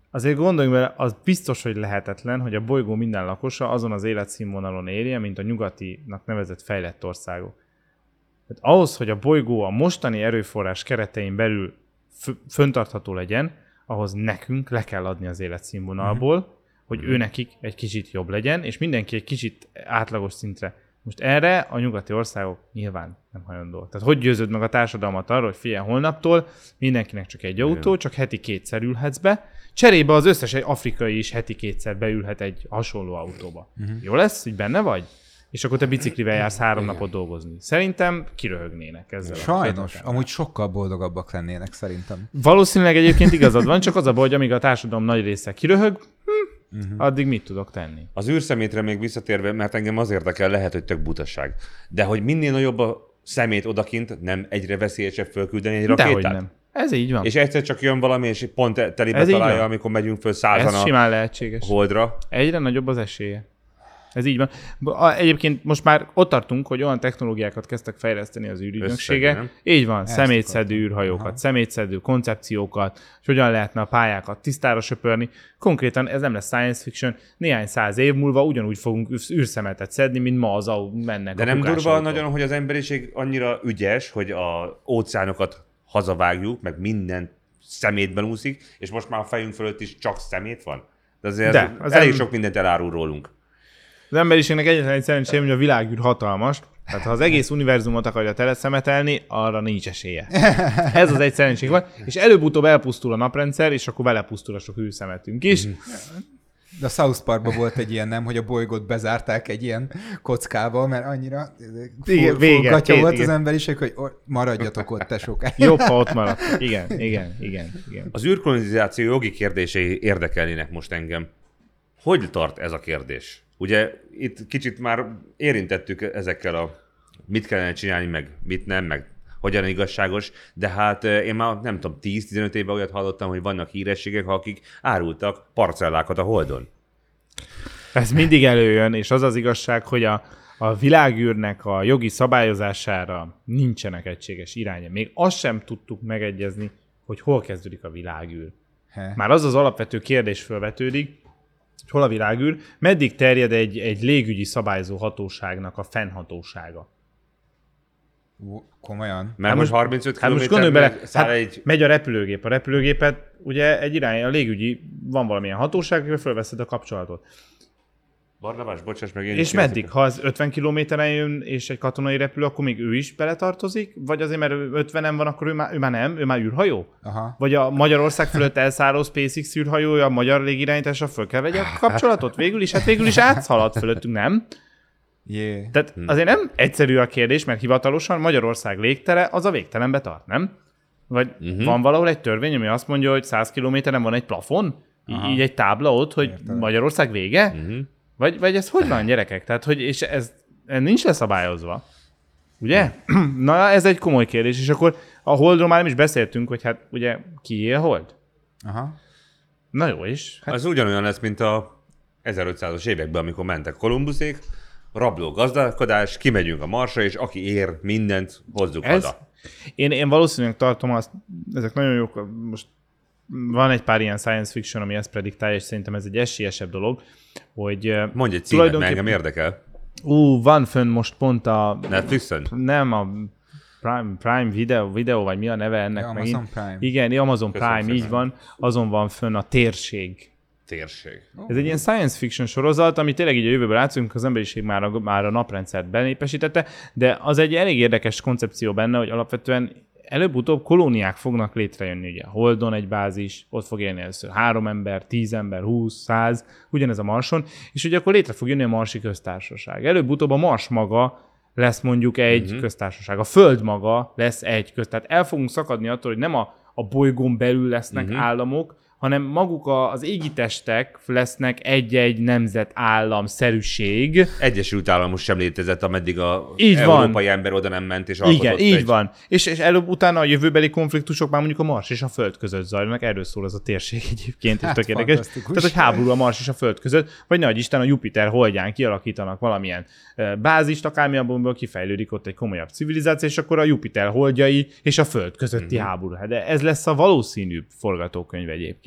azért gondoljunk bele, az biztos, hogy lehetetlen, hogy a bolygó minden lakosa azon az életszínvonalon élje, mint a nyugatinak nevezett fejlett országok. Tehát ahhoz, hogy a bolygó a mostani erőforrás keretein belül f- föntartható legyen, ahhoz nekünk le kell adni az életszínvonalból, mm-hmm. hogy ő nekik egy kicsit jobb legyen, és mindenki egy kicsit átlagos szintre. Most erre a nyugati országok nyilván nem hajlandó. Tehát hogy győzöd meg a társadalmat arról, hogy figyelj, holnaptól mindenkinek csak egy autó, csak heti kétszer ülhetsz be, cserébe az összes afrikai is heti kétszer beülhet egy hasonló autóba. Uh-huh. Jó lesz, hogy benne vagy? És akkor te biciklivel jársz három Igen. napot dolgozni. Szerintem kiröhögnének ezzel. Sajnos, amúgy sokkal boldogabbak lennének szerintem. Valószínűleg egyébként igazad van, csak az a baj, hogy amíg a társadalom nagy része kiröhög, hm, uh-huh. addig mit tudok tenni? Az űrszemétre még visszatérve, mert engem az érdekel, lehet, hogy tök butaság. De hogy minél nagyobb a szemét odakint, nem egyre veszélyesebb fölküldeni egy rakétát? Dehogy nem. Ez így van. És egyszer csak jön valami, és pont telibe találja, amikor megyünk föl százan Ez simán lehetséges. Holdra. Egyre nagyobb az esélye. Ez így van. Egyébként most már ott tartunk, hogy olyan technológiákat kezdtek fejleszteni az űrügynöksége. Így van, Ezt szemétszedő űrhajókat, Aha. szemétszedő koncepciókat, hogy hogyan lehetne a pályákat tisztára söpörni. Konkrétan ez nem lesz science fiction, néhány száz év múlva ugyanúgy fogunk űrszemetet szedni, mint ma az a mennek. De a nem durva nagyon, hogy az emberiség annyira ügyes, hogy a óceánokat hazavágjuk, meg minden szemétben úszik, és most már a fejünk fölött is csak szemét van. De azért De, az elég em... sok mindent elárul rólunk. Az emberiségnek egyetlen egy szerencsém, hogy a világűr hatalmas, tehát ha az egész univerzumot akarja teleszemetelni, arra nincs esélye. Ez az egy szerencség van, és előbb-utóbb elpusztul a naprendszer, és akkor belepusztul a sok űrszemetünk is. De a South Parkban volt egy ilyen, nem, hogy a bolygót bezárták egy ilyen kockába, mert annyira igen, vége, gatya volt igen. az emberiség, hogy maradjatok ott te sokáig. Jobb, ha ott maradtok. Igen, igen, igen, igen. Az űrkolonizáció jogi kérdései érdekelnének most engem. Hogy tart ez a kérdés? Ugye itt kicsit már érintettük ezekkel a mit kellene csinálni, meg mit nem, meg hogyan igazságos, de hát én már nem tudom, tíz-tizenöt évben olyat hallottam, hogy vannak hírességek, akik árultak parcellákat a Holdon. Ez mindig előjön, és az az igazság, hogy a, a világűrnek a jogi szabályozására nincsenek egységes iránya. Még azt sem tudtuk megegyezni, hogy hol kezdődik a világűr. He. Már az az alapvető kérdés felvetődik, hogy hol a világűr, meddig terjed egy, egy légügyi szabályozó hatóságnak a fennhatósága. Komolyan? Mert most harmincöt hát most gondolj bele, hát egy... megy a repülőgép. A repülőgépet ugye egy irány, a légügyi, van valamilyen hatóság, akivel fölveszed a kapcsolatot. Barnabás, bocsáss meg, én És meddig? Ha az ötven kilométeren jön, és egy katonai repülő, akkor még ő is beletartozik? Vagy azért, mert ötvenen van, akkor ő már, ő már nem? Ő már űrhajó? Aha. Vagy a Magyarország fölött elszálló SpaceX űrhajója, a magyar légirányításra föl kell vegye a kapcsolatot? Végül is? Hát végül is átszaladt fölöttünk, nem? Yeah. Tehát azért nem egyszerű a kérdés, mert hivatalosan Magyarország légtere az a végtelenbe tart, nem? Vagy uh-huh. van valahol egy törvény, ami azt mondja, hogy száz kilométeren van egy plafon? Aha. Így egy tábla ott, hogy Értelem. Magyarország vége? Uh-huh. Vagy, vagy ez hogy van, gyerekek? Tehát, hogy és ez, ez nincs leszabályozva. Ugye? Na, ez egy komoly kérdés. És akkor a Holdról már nem is beszéltünk, hogy hát ugye kié a Hold? Aha. Na jó is. Hát... Az ugyanolyan lesz, mint a ezerötszázas években, amikor mentek Kolumbuszék, rabló gazdálkodás, kimegyünk a Marsra, és aki ér mindent, hozzuk ez? Haza. Én, én valószínűleg tartom azt, ezek nagyon jók, most van egy pár ilyen science fiction, ami ezt prediktálja, és szerintem ez egy esélyesebb dolog, hogy... Mondj egy címet, mert engem érdekel. Ú, van fönn most pont a... Netflixen? Nem, a Prime, Prime Video, Video, vagy mi a neve ennek ja, megint? Amazon Prime. Igen, Amazon Köszönöm Prime, így van. Azon van fönn a Térség. Térség. Ez egy ilyen science fiction sorozat, ami tényleg így a jövőben látszunk, az emberiség már a, már a naprendszert benépesítette, de az egy elég érdekes koncepció benne, hogy alapvetően előbb-utóbb kolóniák fognak létrejönni, ugye Holdon egy bázis, ott fog élni először három ember, tíz ember, húsz, száz, ugyanez a Marson, és ugye akkor létre fog jönni a Marsi köztársaság. Előbb-utóbb a Mars maga lesz mondjuk egy uh-huh. köztársaság, a Föld maga lesz egy köz. Tehát el fogunk szakadni attól, hogy nem a, a bolygón belül lesznek uh-huh. államok, hanem maguk a, az égitestek lesznek egy-egy nemzetállamszerűség. Egyesült Államok sem létezett, ameddig a így európai van. ember oda nem ment és alkotott. Igen, így egy... van. És, és előbb utána a jövőbeli konfliktusok már mondjuk a Mars és a Föld között zajlanak. Erről szól az a térség egyébként. Hát tök érdekes. Tehát, hogy háború a Mars és a Föld között, vagy nagy Isten a Jupiter holdján kialakítanak valamilyen bázist, akármi abból kifejlődik ott egy komolyabb civilizáció, és akkor a Jupiter holdjai és a Föld közötti uh-huh. háború. De ez lesz a valószínűbb forgatókönyv egyébként.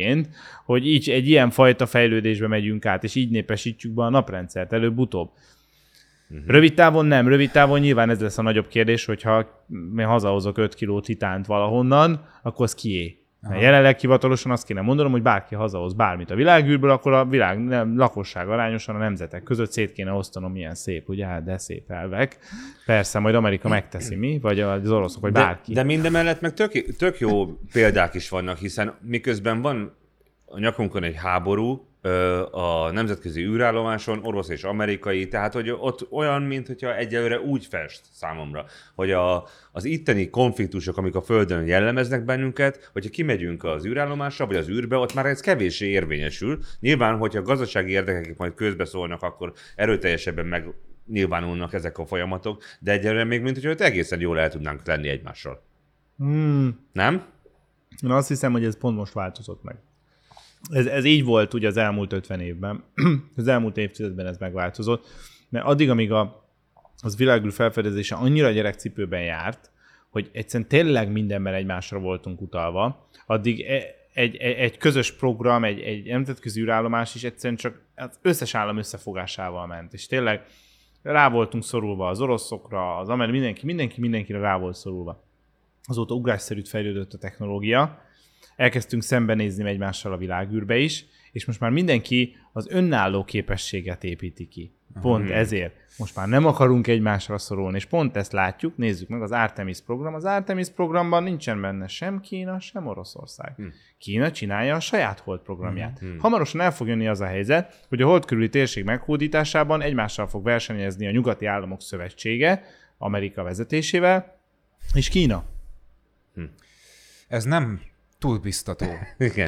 egyébként, hogy így egy ilyen fajta fejlődésbe megyünk át, és így népesítjük be a naprendszert előbb-utóbb. Uh-huh. Rövid távon nem, rövid távon nyilván ez lesz a nagyobb kérdés, hogyha hazahozok öt kiló titánt valahonnan, akkor az kié. Jelenleg hivatalosan azt kéne mondanom, hogy bárki hazahoz bármit a világűrből, akkor a világ nem, lakosság arányosan a nemzetek között szét kéne osztanom, milyen szép, ugye? Hát de szép elvek. Persze, majd Amerika megteszi mi, vagy az oroszok, vagy bárki. De, de mindemellett meg tök, tök jó példák is vannak, hiszen miközben van a nyakunkon egy háború, a nemzetközi űrállomáson, orosz és amerikai, tehát hogy ott olyan, mint hogyha egyelőre úgy fest számomra, hogy a, az itteni konfliktusok, amik a Földön jellemeznek bennünket, hogyha kimegyünk az űrállomásra, vagy az űrbe, ott már ez kevéssé érvényesül. Nyilván, hogyha a gazdasági érdekek majd közbeszólnak, akkor erőteljesebben meg nyilvánulnak ezek a folyamatok, de egyelőre még mint hogy ott egészen jól el tudnánk lenni egymással. Hmm. Nem? Én azt hiszem, hogy ez pont most változott meg. Ez, ez így volt ugye az elmúlt ötven évben. Az elmúlt évtizedben ez megváltozott. Mert addig, amíg a, az világűr felfedezése annyira gyerekcipőben járt, hogy egyszerűen tényleg mindenben egymásra voltunk utalva, addig egy, egy, egy közös program, egy, egy nemzetközi űrállomás is egyszerűen csak az összes állam összefogásával ment. És tényleg rá voltunk szorulva az oroszokra, az amerikai, mindenki, mindenki, mindenkire rá volt szorulva. Azóta ugrásszerűt fejlődött a technológia, elkezdtünk szembenézni egymással a világűrbe is, és most már mindenki az önálló képességet építi ki. Pont hmm. ezért. Most már nem akarunk egymásra szorulni, és pont ezt látjuk, nézzük meg az Artemis program. Az Artemis programban nincsen benne sem Kína, sem Oroszország. Hmm. Kína csinálja a saját hold programját. Hmm. Hamarosan el fog jönni az a helyzet, hogy a hold körüli térség meghódításában egymással fog versenyezni a Nyugati Államok Szövetsége, Amerika vezetésével, és Kína. Hmm. Ez nem túl biztató. Igen.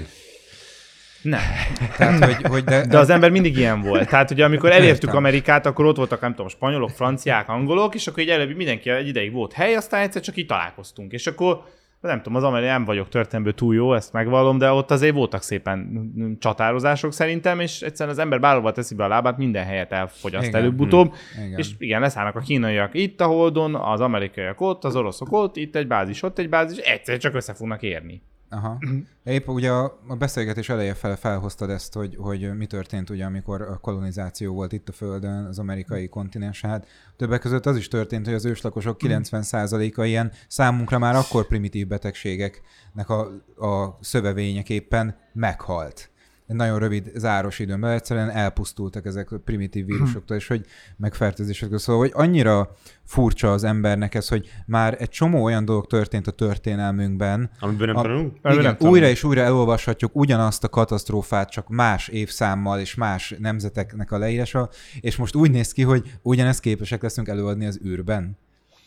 Nem. Tehát, hogy, hogy de... de az ember mindig ilyen volt. Tehát ugye amikor elértük Amerikát, akkor ott voltak, nem tudom, spanyolok, franciák, angolok, és akkor így előbb mindenki egy ideig volt hely, aztán egyszer csak így találkoztunk. És akkor nem tudom, az amerikai nem vagyok történetből túl jó, ezt megvallom, de ott azért voltak szépen csatározások szerintem, és egyszerűen az ember bárhova teszi be a lábát, minden helyet elfogyaszt igen. előbb-utóbb. Igen. És igen, leszállnak a kínaiak itt a holdon, az amerikaiak ott, az oroszok ott, itt egy bázis, ott egy bázis, egyszer csak össze fognak érni. Aha. Épp ugye a, a beszélgetés eleje fele felhoztad ezt, hogy, hogy mi történt ugye, amikor a kolonizáció volt itt a Földön, az amerikai kontinensen. Hát többek között az is történt, hogy az őslakosok kilencven százaléka ilyen számunkra már akkor primitív betegségeknek a, a szövevényeképpen meghalt. Egy nagyon rövid záros időben egyszerűen elpusztultak ezek a primitív vírusoktól, és hogy megfertőzésektől. Szóval, hogy annyira furcsa az embernek ez, hogy már egy csomó olyan dolog történt a történelmünkben. Amiben nem tanulunk? Igen, nem újra és újra elolvashatjuk ugyanazt a katasztrófát, csak más évszámmal és más nemzeteknek a leírása, és most úgy néz ki, hogy ugyanezt képesek leszünk előadni az űrben.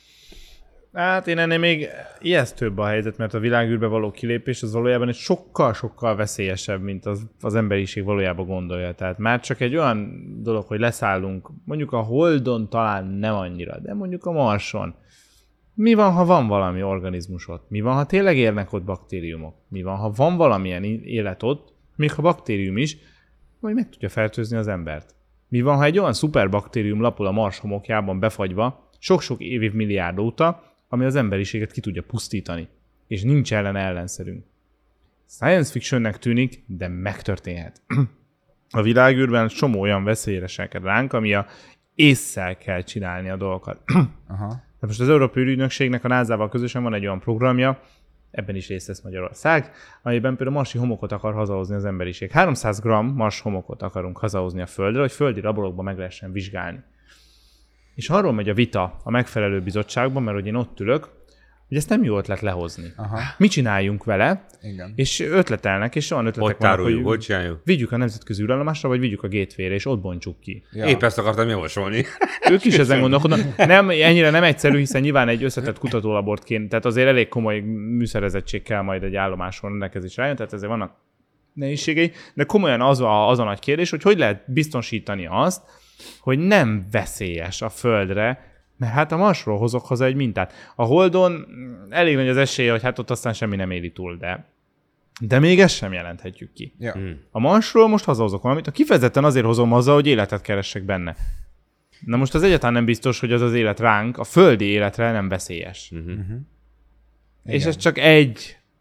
Hát én ennél még ijesztőbb a helyzet, mert a világűrbe való kilépés az valójában egy sokkal-sokkal veszélyesebb, mint az, az emberiség valójában gondolja. Tehát már csak egy olyan dolog, hogy leszállunk, mondjuk a Holdon talán nem annyira, de mondjuk a Marson. Mi van, ha van valami organizmus ott? Mi van, ha tényleg érnek ott baktériumok? Mi van, ha van valamilyen élet ott, még ha baktérium is, vagy meg tudja fertőzni az embert? Mi van, ha egy olyan szuperbaktérium lapul a Mars homokjában befagyva, sok-sok évmilliárd óta, ami az emberiséget ki tudja pusztítani, és nincs ellen ellenszerünk. Science fictionnek tűnik, de megtörténhet. A világűrben csomó olyan veszélyre senked ránk, ami a ésszel kell csinálni a dolgokat. Aha. De most az Európai Űrügynökségnek a názával közösen van egy olyan programja, ebben is részt vesz Magyarország, amiben például marsi homokot akar hazahozni az emberiség. háromszáz gramm mars homokot akarunk hazahozni a Földre, hogy földi laborokban meg lehessen vizsgálni. És arról megy a vita a megfelelő bizottságban, mert hogy én ott ülök, hogy ezt nem jó ötlet lehozni. Aha. Mi csináljunk vele, igen. És ötletelnek, és olyan ötletek hogy vannak, hogy, hogy csináljuk? Vigyük a nemzetközi űrállomásra, vagy vigyük a Gateway-re, és ott bontsuk ki. Ja. Épp ezt akartam javasolni. Ők is ezen gondolkodnak. Nem, ennyire nem egyszerű, hiszen nyilván egy összetett kutatólabort kéne, tehát azért elég komoly műszerezettség kell majd egy állomáson rendelkezésre álljon, tehát ezért vannak nehézségei, de komolyan az a, az a nagy kérdés, hogy hogy lehet biztosítani azt, hogy nem veszélyes a Földre, mert hát a Marsról hozok haza egy mintát. A Holdon elég nagy az esélye, hogy hát ott aztán semmi nem éli túl, de, de még ezt sem jelenthetjük ki. Ja. Hmm. A Marsról most hazahozok valamit, a kifejezetten azért hozom haza, hogy életet keressek benne. Na most az egyáltalán nem biztos, hogy az az élet ránk, a földi életre nem veszélyes. Uh-huh. És ez csak egy,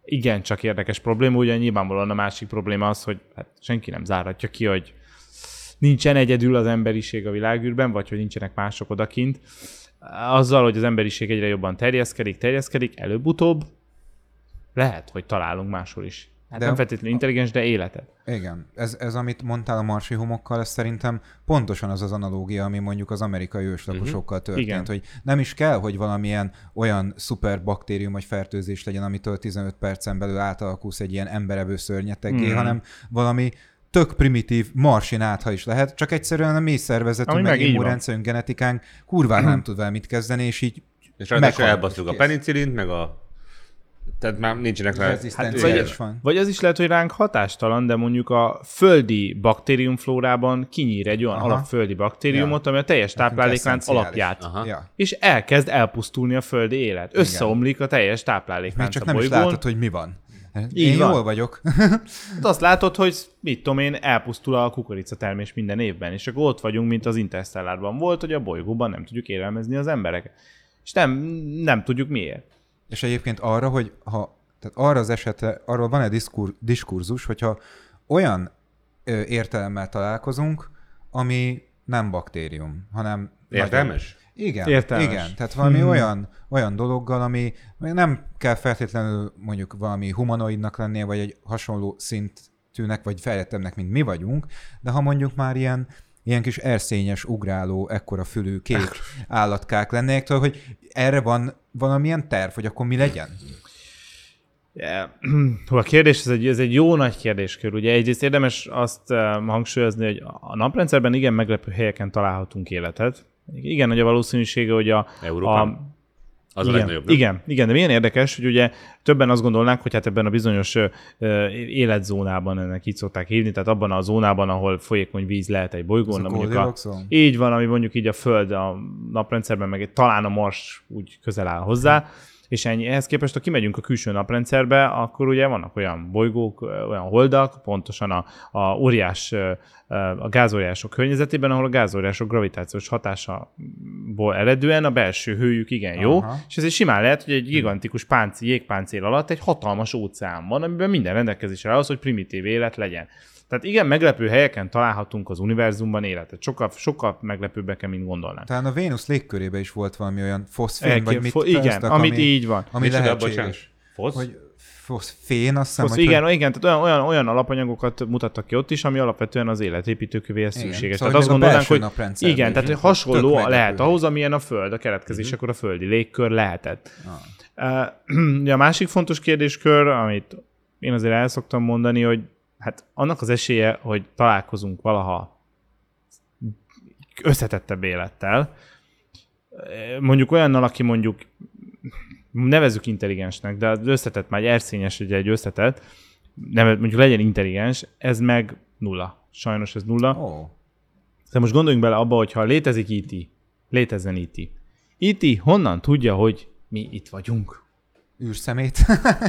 igen, csak érdekes probléma, ugye nyilvánvalóan a másik probléma az, hogy hát senki nem zárhatja ki, hogy nincsen egyedül az emberiség a világűrben, vagy hogy nincsenek mások odakint. Azzal, hogy az emberiség egyre jobban terjeszkedik, terjeszkedik, előbb-utóbb lehet, hogy találunk máshol is. Hát de nem feltétlenül intelligens, de életet. Igen. Ez, ez, amit mondtál a marsi homokkal, ez szerintem pontosan az az analógia, ami mondjuk az amerikai őslakosokkal történt, Igen. hogy nem is kell, hogy valamilyen olyan szuper baktérium vagy fertőzés legyen, amitől tizenöt percen belül átalakulsz egy ilyen emberevő szörnyeteggé, mm. hanem valami tök primitív marsinátha is lehet, csak egyszerűen a mi szervezetünk, meg immunrendszerünk, genetikánk kurván nem tud vele mit kezdeni, és így és ráadásul elbasszuk a penicillint, meg a tehát már nincsenek rá. Hát, vagy, vagy az is lehet, hogy ránk hatástalan, de mondjuk a földi baktériumflórában kinyír egy olyan Aha. alapföldi baktériumot, ja. ami a teljes tápláléklánc alapját. Ja. És elkezd elpusztulni a földi élet. Összeomlik Igen. a teljes tápláléklánc a bolygón. Még csak nem is látod, hogy mi van. Így Én van. jól vagyok. Hát azt látod, hogy mit tudom én, elpusztul a kukoricatermés minden évben, és akkor ott vagyunk, mint az Interstellárban volt, hogy a bolygóban nem tudjuk élelmezni az embereket. És nem, nem tudjuk miért. És egyébként arra, hogy ha, tehát arra az esetre, arról van egy diskur, diskurzus, hogyha olyan ö, értelemmel találkozunk, ami nem baktérium, hanem... Értelmes? Nagyon, igen, Értelmes. igen. Tehát valami hmm. olyan, olyan dologgal, ami nem kell feltétlenül mondjuk valami humanoidnak lennie, vagy egy hasonló szintűnek, vagy fejlettebbnek, mint mi vagyunk, de ha mondjuk már ilyen ilyen kis erszényes, ugráló, ekkora fülű, kék állatkák lennék, tőle, hogy erre van valamilyen terv, hogy akkor mi legyen? Yeah. A kérdés, ez egy, ez egy jó nagy kérdéskör. Ugye egyrészt érdemes azt uh, hangsúlyozni, hogy a naprendszerben igen meglepő helyeken találhatunk életet. Igen nagy a valószínűsége, hogy a... Európában? A, az igen, a legnagyobb, nem? Igen, igen, de milyen érdekes, hogy ugye többen azt gondolnák, hogy hát ebben a bizonyos uh, életzónában, ennek így szokták hívni, tehát abban a zónában, ahol folyékony víz lehet egy bolygón. Mondjuk a, így van, ami mondjuk így a Föld a naprendszerben, meg talán a Mars úgy közel áll hozzá, és ennyi. Ehhez képest, ha kimegyünk a külső naprendszerbe, akkor ugye vannak olyan bolygók, olyan holdak, pontosan a, a óriás, a gázóriások környezetében, ahol a gázóriások gravitációs hatásából eredően a belső hőjük igen jó, Aha. és ezért simán lehet, hogy egy gigantikus pánci, jégpáncél alatt egy hatalmas óceán van, amiben minden rendelkezésre ahhoz, hogy primitív élet legyen. Tehát igen, meglepő helyeken találhatunk az univerzumban életet. Sokkal, sokkal meglepőbbeken, mint gondolnánk. Talán a Vénusz légkörében is volt valami olyan foszfén, Elké, vagy mit fo- Igen, amit ami, így van. Ami lehetséges. Fosz? Hogy foszfén, azt hiszem, Fosz, hogy... Igen, hogy... igen, tehát olyan, olyan, olyan alapanyagokat mutattak ki ott is, ami alapvetően az életépítőkövéhez szükséges. Szóval tehát azt gondolnánk, hogy igen, tehát hogy hasonló lehet ahhoz, amilyen a Föld, a keletkezésekor a földi légkör lehetett. Ah. Uh, a másik fontos kérdéskör, amit én azért el szoktam mondani, hogy hát annak az esélye, hogy találkozunk valaha összetettebb élettel, mondjuk olyannal, aki mondjuk nevezzük intelligensnek, de az összetett már egy erszényes, ugye egy összetett, mondjuk legyen intelligens, ez meg nulla. Sajnos ez nulla. Oh. De most gondoljunk bele abba, hogyha létezik í té, létezzen í té. í té honnan tudja, hogy mi itt vagyunk? Űrszemét.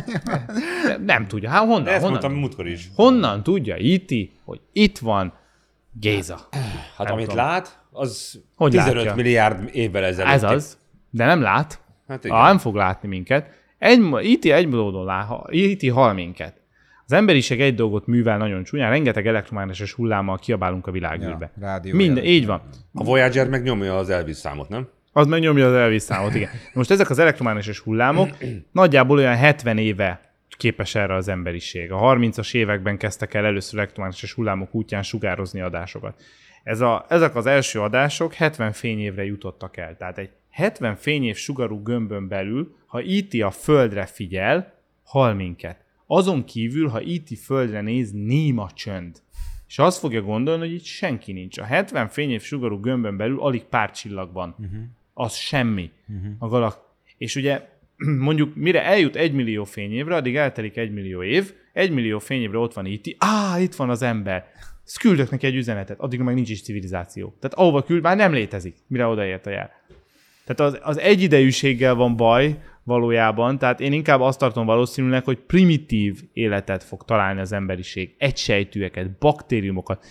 Nem tudja. Hát honnan? Ezt honnan, mondtam múltkor is. Honnan tudja í té, hogy itt van Géza? Hát nem amit tudom. lát, az hogy tizenöt látja? milliárd évvel ezelőtt. Ez az, de nem lát. Hát ah, nem fog látni minket. Egy, í té egy módon lát, í té hal minket. Az emberiség egy dolgot művel nagyon csúnyán, rengeteg elektromágneses hullámmal kiabálunk a világűrbe. Ja, Minden, így van. A Voyager megnyomja az Elvis számot, nem? Az megnyomja az Elvis számot, igen. Most ezek az elektromágneses hullámok nagyjából olyan hetven éve képes erre az emberiség. A harmincas években kezdtek el először elektromágneses hullámok útján sugározni adásokat. Ez a, ezek az első adások hetven fényévre jutottak el. Tehát egy hetven fényév sugarú gömbön belül, ha í té a Földre figyel, hal minket. Azon kívül, ha í té Földre néz, néma csönd. És azt fogja gondolni, hogy itt senki nincs. A hetven fényév sugarú gömbön belül alig pár csillag van. Uh-huh. Az semmi. Uh-huh. A galak... És ugye mondjuk mire eljut egy millió fényévre, addig eltelik egy millió év, egy millió fényévre ott van í té, á, itt van az ember. Ezt küldök neki egy üzenetet, addig meg nincs is civilizáció. Tehát ahova küld, már nem létezik, mire odaért a jel. Tehát az, az egyidejűséggel van baj valójában, tehát én inkább azt tartom valószínűleg, hogy primitív életet fog találni az emberiség, egysejtűeket, baktériumokat,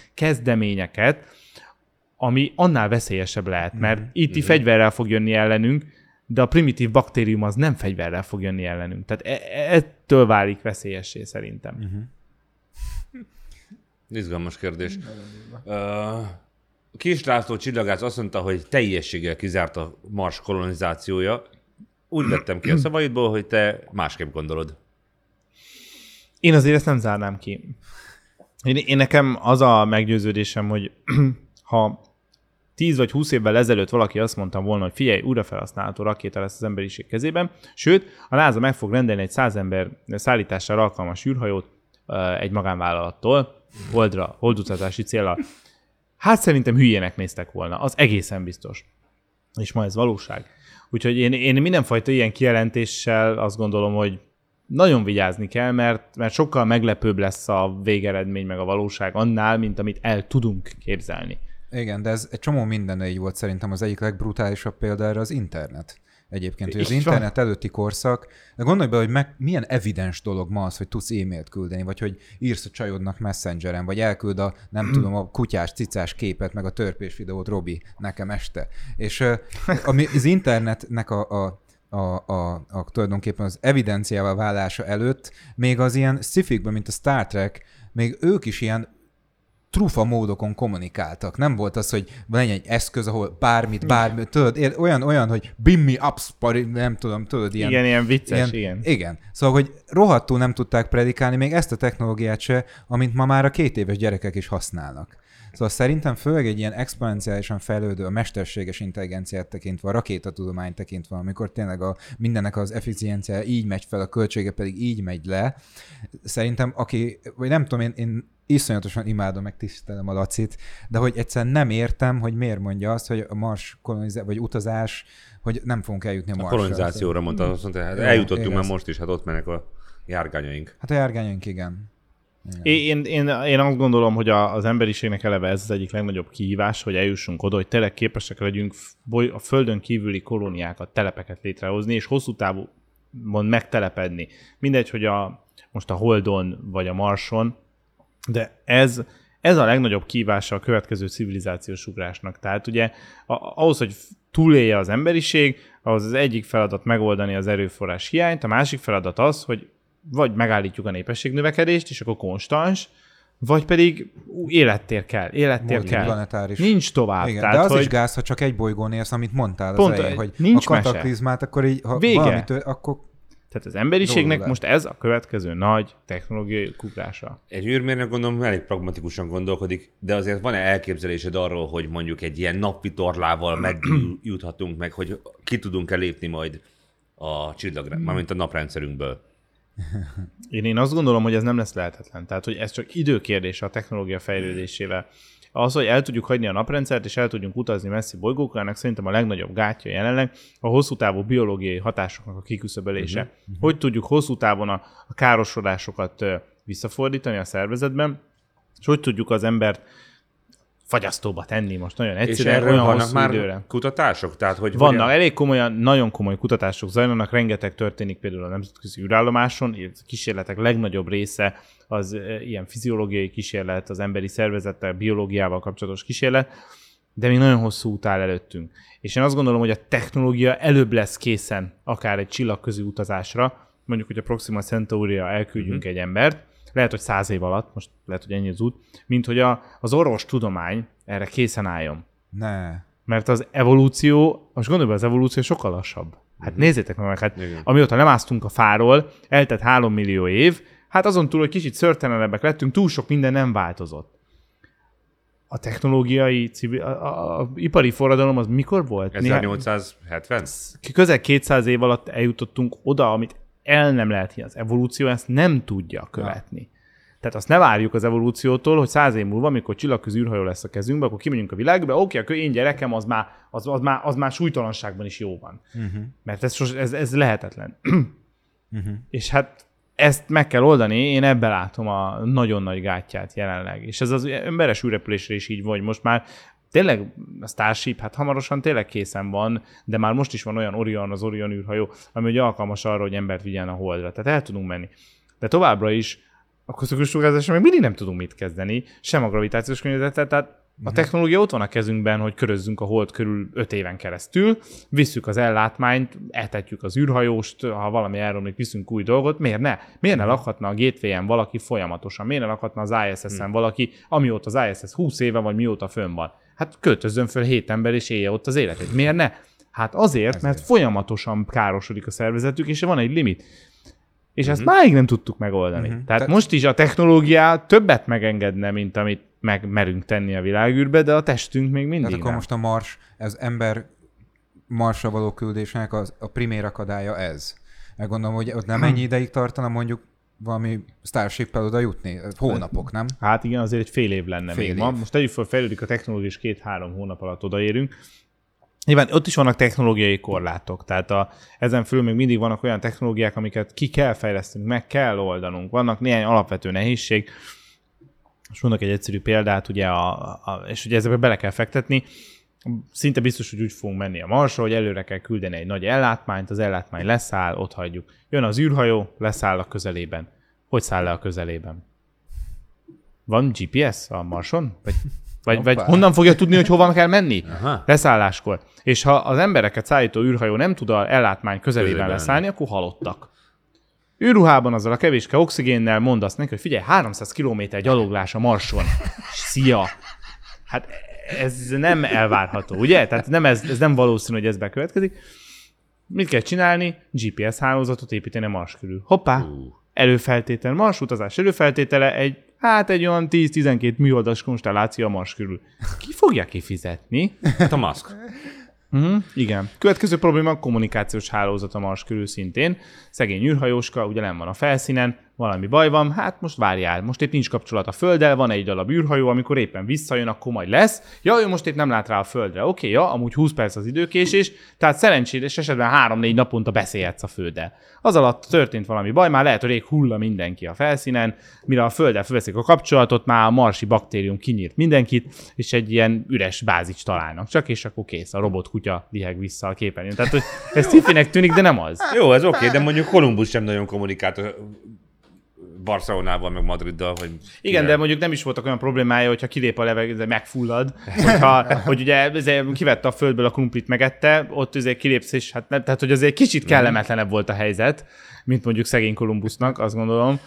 kezdeményeket, ami annál veszélyesebb lehet, mert í té mm-hmm. fegyverrel fog jönni ellenünk, de a primitív baktérium az nem fegyverrel fog jönni ellenünk. Tehát e- ettől válik veszélyessé szerintem. Uh-huh. Izgalmas kérdés. Uh, Kis László csillagász azt mondta, hogy teljességgel kizárt a Mars kolonizációja. Úgy vettem ki a szavaidból, hogy te másképp gondolod. Én azért ezt nem zárnám ki. Én, én nekem az a meggyőződésem, hogy ha tíz vagy húsz évvel ezelőtt valaki azt mondta volna, hogy figyelj, újrafelhasználható rakéta lesz az emberiség kezében, sőt, a NASA meg fog rendelni egy száz ember szállítására alkalmas űrhajót egy magánvállalattól, holdra, holdutazási célra. Hát szerintem hülyének néztek volna, az egészen biztos. És ma ez valóság. Úgyhogy én, én mindenfajta ilyen kijelentéssel azt gondolom, hogy nagyon vigyázni kell, mert, mert sokkal meglepőbb lesz a végeredmény meg a valóság annál, mint amit el tudunk képzelni. Igen, de ez egy csomó minden így volt szerintem. Az egyik legbrutálisabb példa erre az internet. Egyébként, hogy az internet van. Előtti korszak, de gondolj be, hogy meg, milyen evidens dolog ma az, hogy tudsz e-mailt küldeni, vagy hogy írsz a csajodnak Messengeren, vagy elküld a, nem tudom, a kutyás, cicás képet, meg a törpés videót Robi nekem este. És ami az internetnek a, a A, a, a tulajdonképpen az evidenciával válása előtt, még az ilyen sci-fikben, mint a Star Trek, még ők is ilyen trufa módokon kommunikáltak. Nem volt az, hogy van egy eszköz, ahol bármit, bármit, tudod, olyan, olyan, hogy beam me up, spari, nem tudom, tudod, ilyen... Igen, ilyen vicces, ilyen, igen. Igen. Szóval, hogy rohadtul nem tudták predikálni még ezt a technológiát se, amint ma már a két éves gyerekek is használnak. Szóval szerintem főleg egy ilyen exponenciálisan fejlődő, a mesterséges intelligenciát tekintve, a rakétatudományt tekintve, amikor tényleg a, mindennek az efficienciája így megy fel, a költsége pedig így megy le. Szerintem aki, vagy nem tudom, én, én iszonyatosan imádom, meg tisztelem a Lacit, de hogy egyszerűen nem értem, hogy miért mondja azt, hogy a Mars kolonizáció, vagy utazás, hogy nem fogunk eljutni a Marsra. A kolonizációra mondta, azt mondta, hát eljutottunk már most is, hát ott mennek a járgányaink. Hát a járgányaink, igen. Én, én, én azt gondolom, hogy a, az emberiségnek eleve ez az egyik legnagyobb kihívás, hogy eljussunk oda, hogy tényleg képesek legyünk a Földön kívüli kolóniákat, telepeket létrehozni, és hosszú távon megtelepedni. Mindegy, hogy a, most a Holdon vagy a Marson, de ez, ez a legnagyobb kihívása a következő civilizációs ugrásnak. Tehát ugye ahhoz, hogy túlélje az emberiség, ahhoz az egyik feladat megoldani az erőforrás hiányt, a másik feladat az, hogy vagy megállítjuk a népességnövekedést, és akkor konstans, vagy pedig ú, élettér kell, élettér kell. Planetáris. Nincs tovább. Igen, tehát, de az hogy... is gáz, ha csak egy bolygón élsz, amit mondtál Pont, az elején, hogy nincs a kataklizmát, akkor így, ha Vége. valamit, akkor... Tehát az emberiségnek most ez a következő nagy technológiai kugrása. Egy űrmérnök gondolom elég pragmatikusan gondolkodik, de azért van-e elképzelésed arról, hogy mondjuk egy ilyen napvitorlával megjuthatunk meg, hogy ki tudunk-e lépni majd a csillag, mármint a naprendszerünkből? Én, én azt gondolom, hogy ez nem lesz lehetetlen. Tehát, hogy ez csak időkérdése a technológia fejlődésével. Az, hogy el tudjuk hagyni a naprendszert, és el tudjunk utazni messzi bolygókra, ennek szerintem a legnagyobb gátja jelenleg a hosszú távú biológiai hatásoknak a kiküszöbölése. Uh-huh, uh-huh. Hogy tudjuk hosszú távon a, a károsodásokat visszafordítani a szervezetben, és hogy tudjuk az embert fagyasztóba tenni most nagyon egyszerűen, olyan hosszú már időre. Kutatások? Tehát, hogy vannak, hogyan... elég komolyan, nagyon komoly kutatások zajlanak, rengeteg történik például a nemzetközi űrállomáson, a kísérletek legnagyobb része az e, ilyen fiziológiai kísérlet, az emberi szervezettel, biológiával kapcsolatos kísérlet, de még nagyon hosszú út áll előttünk. És én azt gondolom, hogy a technológia előbb lesz készen akár egy csillagközi utazásra, mondjuk, hogy a Proxima Centauria elküldjünk uh-huh. egy embert, lehet, hogy száz év alatt, most lehet, hogy ennyi az út, mint hogy a, az orvostudomány erre készen álljon. Ne. Mert az evolúció, most gondolj be, az evolúció sokkal lassabb. Hát uh-huh. nézzétek meg, hát igen. Amióta lemásztunk a fáról, eltett három millió év, hát azon túl, hogy kicsit szörtelenebbek lettünk, túl sok minden nem változott. A technológiai, civil, a, a, a ipari forradalom az mikor volt? ezernyolcszázhetven? Közel kétszáz év alatt eljutottunk oda, amit el nem lehet hinni. Az evolúció ezt nem tudja követni. Ja. Tehát azt ne várjuk az evolúciótól, hogy száz év múlva, amikor csillagközi űrhajó lesz a kezünkbe, akkor kimegyünk a világba, oké, akkor én gyerekem, az már, az, az már, az már súlytalanságban is jó van. Uh-huh. Mert ez, ez, ez lehetetlen. uh-huh. És hát ezt meg kell oldani, én ebben látom a nagyon nagy gátját jelenleg. És ez az emberes űrrepülésre is így van, most már tényleg a Starship, hát hamarosan tényleg készen van, de már most is van olyan Orion, az Orion űrhajó, ami ugye alkalmas arra, hogy embert vigyen a Holdra. Tehát el tudunk menni. De továbbra is a kozmikus sugárzással még mindig nem tudunk mit kezdeni, sem a gravitációs környezettel, tehát A technológia ott van a kezünkben, hogy körözzünk a hold körül öt éven keresztül, visszük az ellátmányt, etetjük az űrhajóst, ha valami elromlik, viszünk új dolgot. Miért ne? Miért ne lakhatna a Gateway-en valaki folyamatosan? Miért ne lakhatna az I S S-en hmm. valaki, amióta az I S S húsz éve, vagy mióta fönn van? Hát költözzön föl hét ember, és élje ott az életét. Miért ne? Hát azért, Ezért. mert folyamatosan károsodik a szervezetük, és van egy limit. És uh-huh. ezt máig nem tudtuk megoldani. Uh-huh. Tehát Te... most is a technológia többet megengedne, mint amit megmerünk tenni a világűrbe, de a testünk még mindig Tehát akkor nem. most a Mars, ez ember Marsra való küldésnek az, a primér akadálya ez. Meggondolom, hogy ott nem ennyi ideig tartana mondjuk valami Starship-el oda jutni? Hónapok, nem? Hát igen, azért egy fél év lenne fél még év. Ma. Most tegyük fel, fejlődik a technológia, és két-három hónap alatt odaérünk. Nyilván ott is vannak technológiai korlátok, tehát a, ezen fölül még mindig vannak olyan technológiák, amiket ki kell fejleszteni, meg kell oldanunk. Vannak néhány alapvető nehézség. Most mondok egy egyszerű példát, ugye a, a, és ugye ezekbe bele kell fektetni. Szinte biztos, hogy úgy fogunk menni a Marsra, hogy előre kell küldeni egy nagy ellátmányt, az ellátmány leszáll, ott hagyjuk. Jön az űrhajó, leszáll a közelében. Hogy száll le a közelében? Van G P S a Marson? Vagy, vagy, vagy honnan fogja tudni, hogy hova kell menni? Aha. Leszálláskor. És ha az embereket szállító űrhajó nem tud az ellátmány közelében Közében. leszállni, akkor halottak. Űrruhában azzal a kevéske oxigénnel mondasz neki, hogy figyelj, háromszáz kilométer gyaloglás a Marson. Szia! Hát ez nem elvárható, ugye? Tehát nem ez, ez nem valószínű, hogy ez bekövetkezik. Mit kell csinálni? G P S hálózatot építeni a Mars körül. Hoppá! Uh. Előfeltétel, Mars utazás előfeltétele egy, hát egy olyan tíz-tizenkét műholdas konstelláció a Mars körül. Ki fogja kifizetni? Hát a Musk. Uh-huh, igen. Következő probléma a kommunikációs hálózat a Mars körül szintén. Szegény űrhajóska, ugye nem van a felszínen, valami baj van, hát most várjál, most itt nincs kapcsolat a Földdel, van egy darab űrhajó, amikor éppen visszajön, akkor majd lesz. Ja, ő most itt nem lát rá a Földre. Oké, okay, ja, amúgy húsz perc az időkésés, tehát szerencsés esetben három-négy naponta beszélhetsz a Földdel. Az alatt történt valami baj, már lehet, hogy rég hulla mindenki a felszínen, mire a Földdel felveszik a kapcsolatot, már a marsi baktérium kinyírt mindenkit, és egy ilyen üres bázis találnak csak, és akkor kész, a robotkutya liheg vissza a képernyőn. Tehát, hogy ez sci-finek tűnik, de nem az. Jó, ez oké, okay, de mondjuk Columbus sem nagyon kommunikált Barcelonával, meg Madriddal, vagy... Igen, de mondjuk nem is voltak olyan problémája, hogyha kilép a levegő, megfullad, hogyha, hogy ugye kivette a földből a krumplit, megette, ott azért kilépsz, és hát nem, tehát hogy azért kicsit kellemetlenebb volt a helyzet, mint mondjuk szegény Columbusnak, azt gondolom.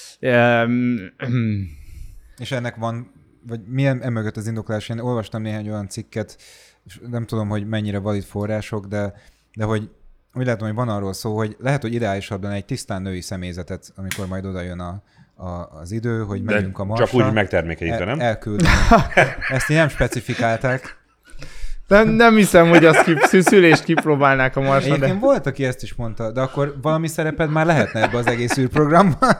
És ennek van, vagy milyen emögött az indoklás? Én olvastam néhány olyan cikket, és nem tudom, hogy mennyire valid források, de, de hogy úgy látom, hogy van arról szó, hogy lehet, hogy ideálisabb lenne egy tisztán női személyzetet, amikor majd oda jön a, a, az idő, hogy de megyünk a Marsra. Csak úgy megtermékenyítve, nem? El, elküldeni. Ezt így nem specifikálták. Nem, nem hiszem, hogy azt kip, szülést kipróbálnák a Marsra. Egyébként de... volt, aki ezt is mondta, de akkor valami szereped már lehetne ebbe az egész űrprogramban.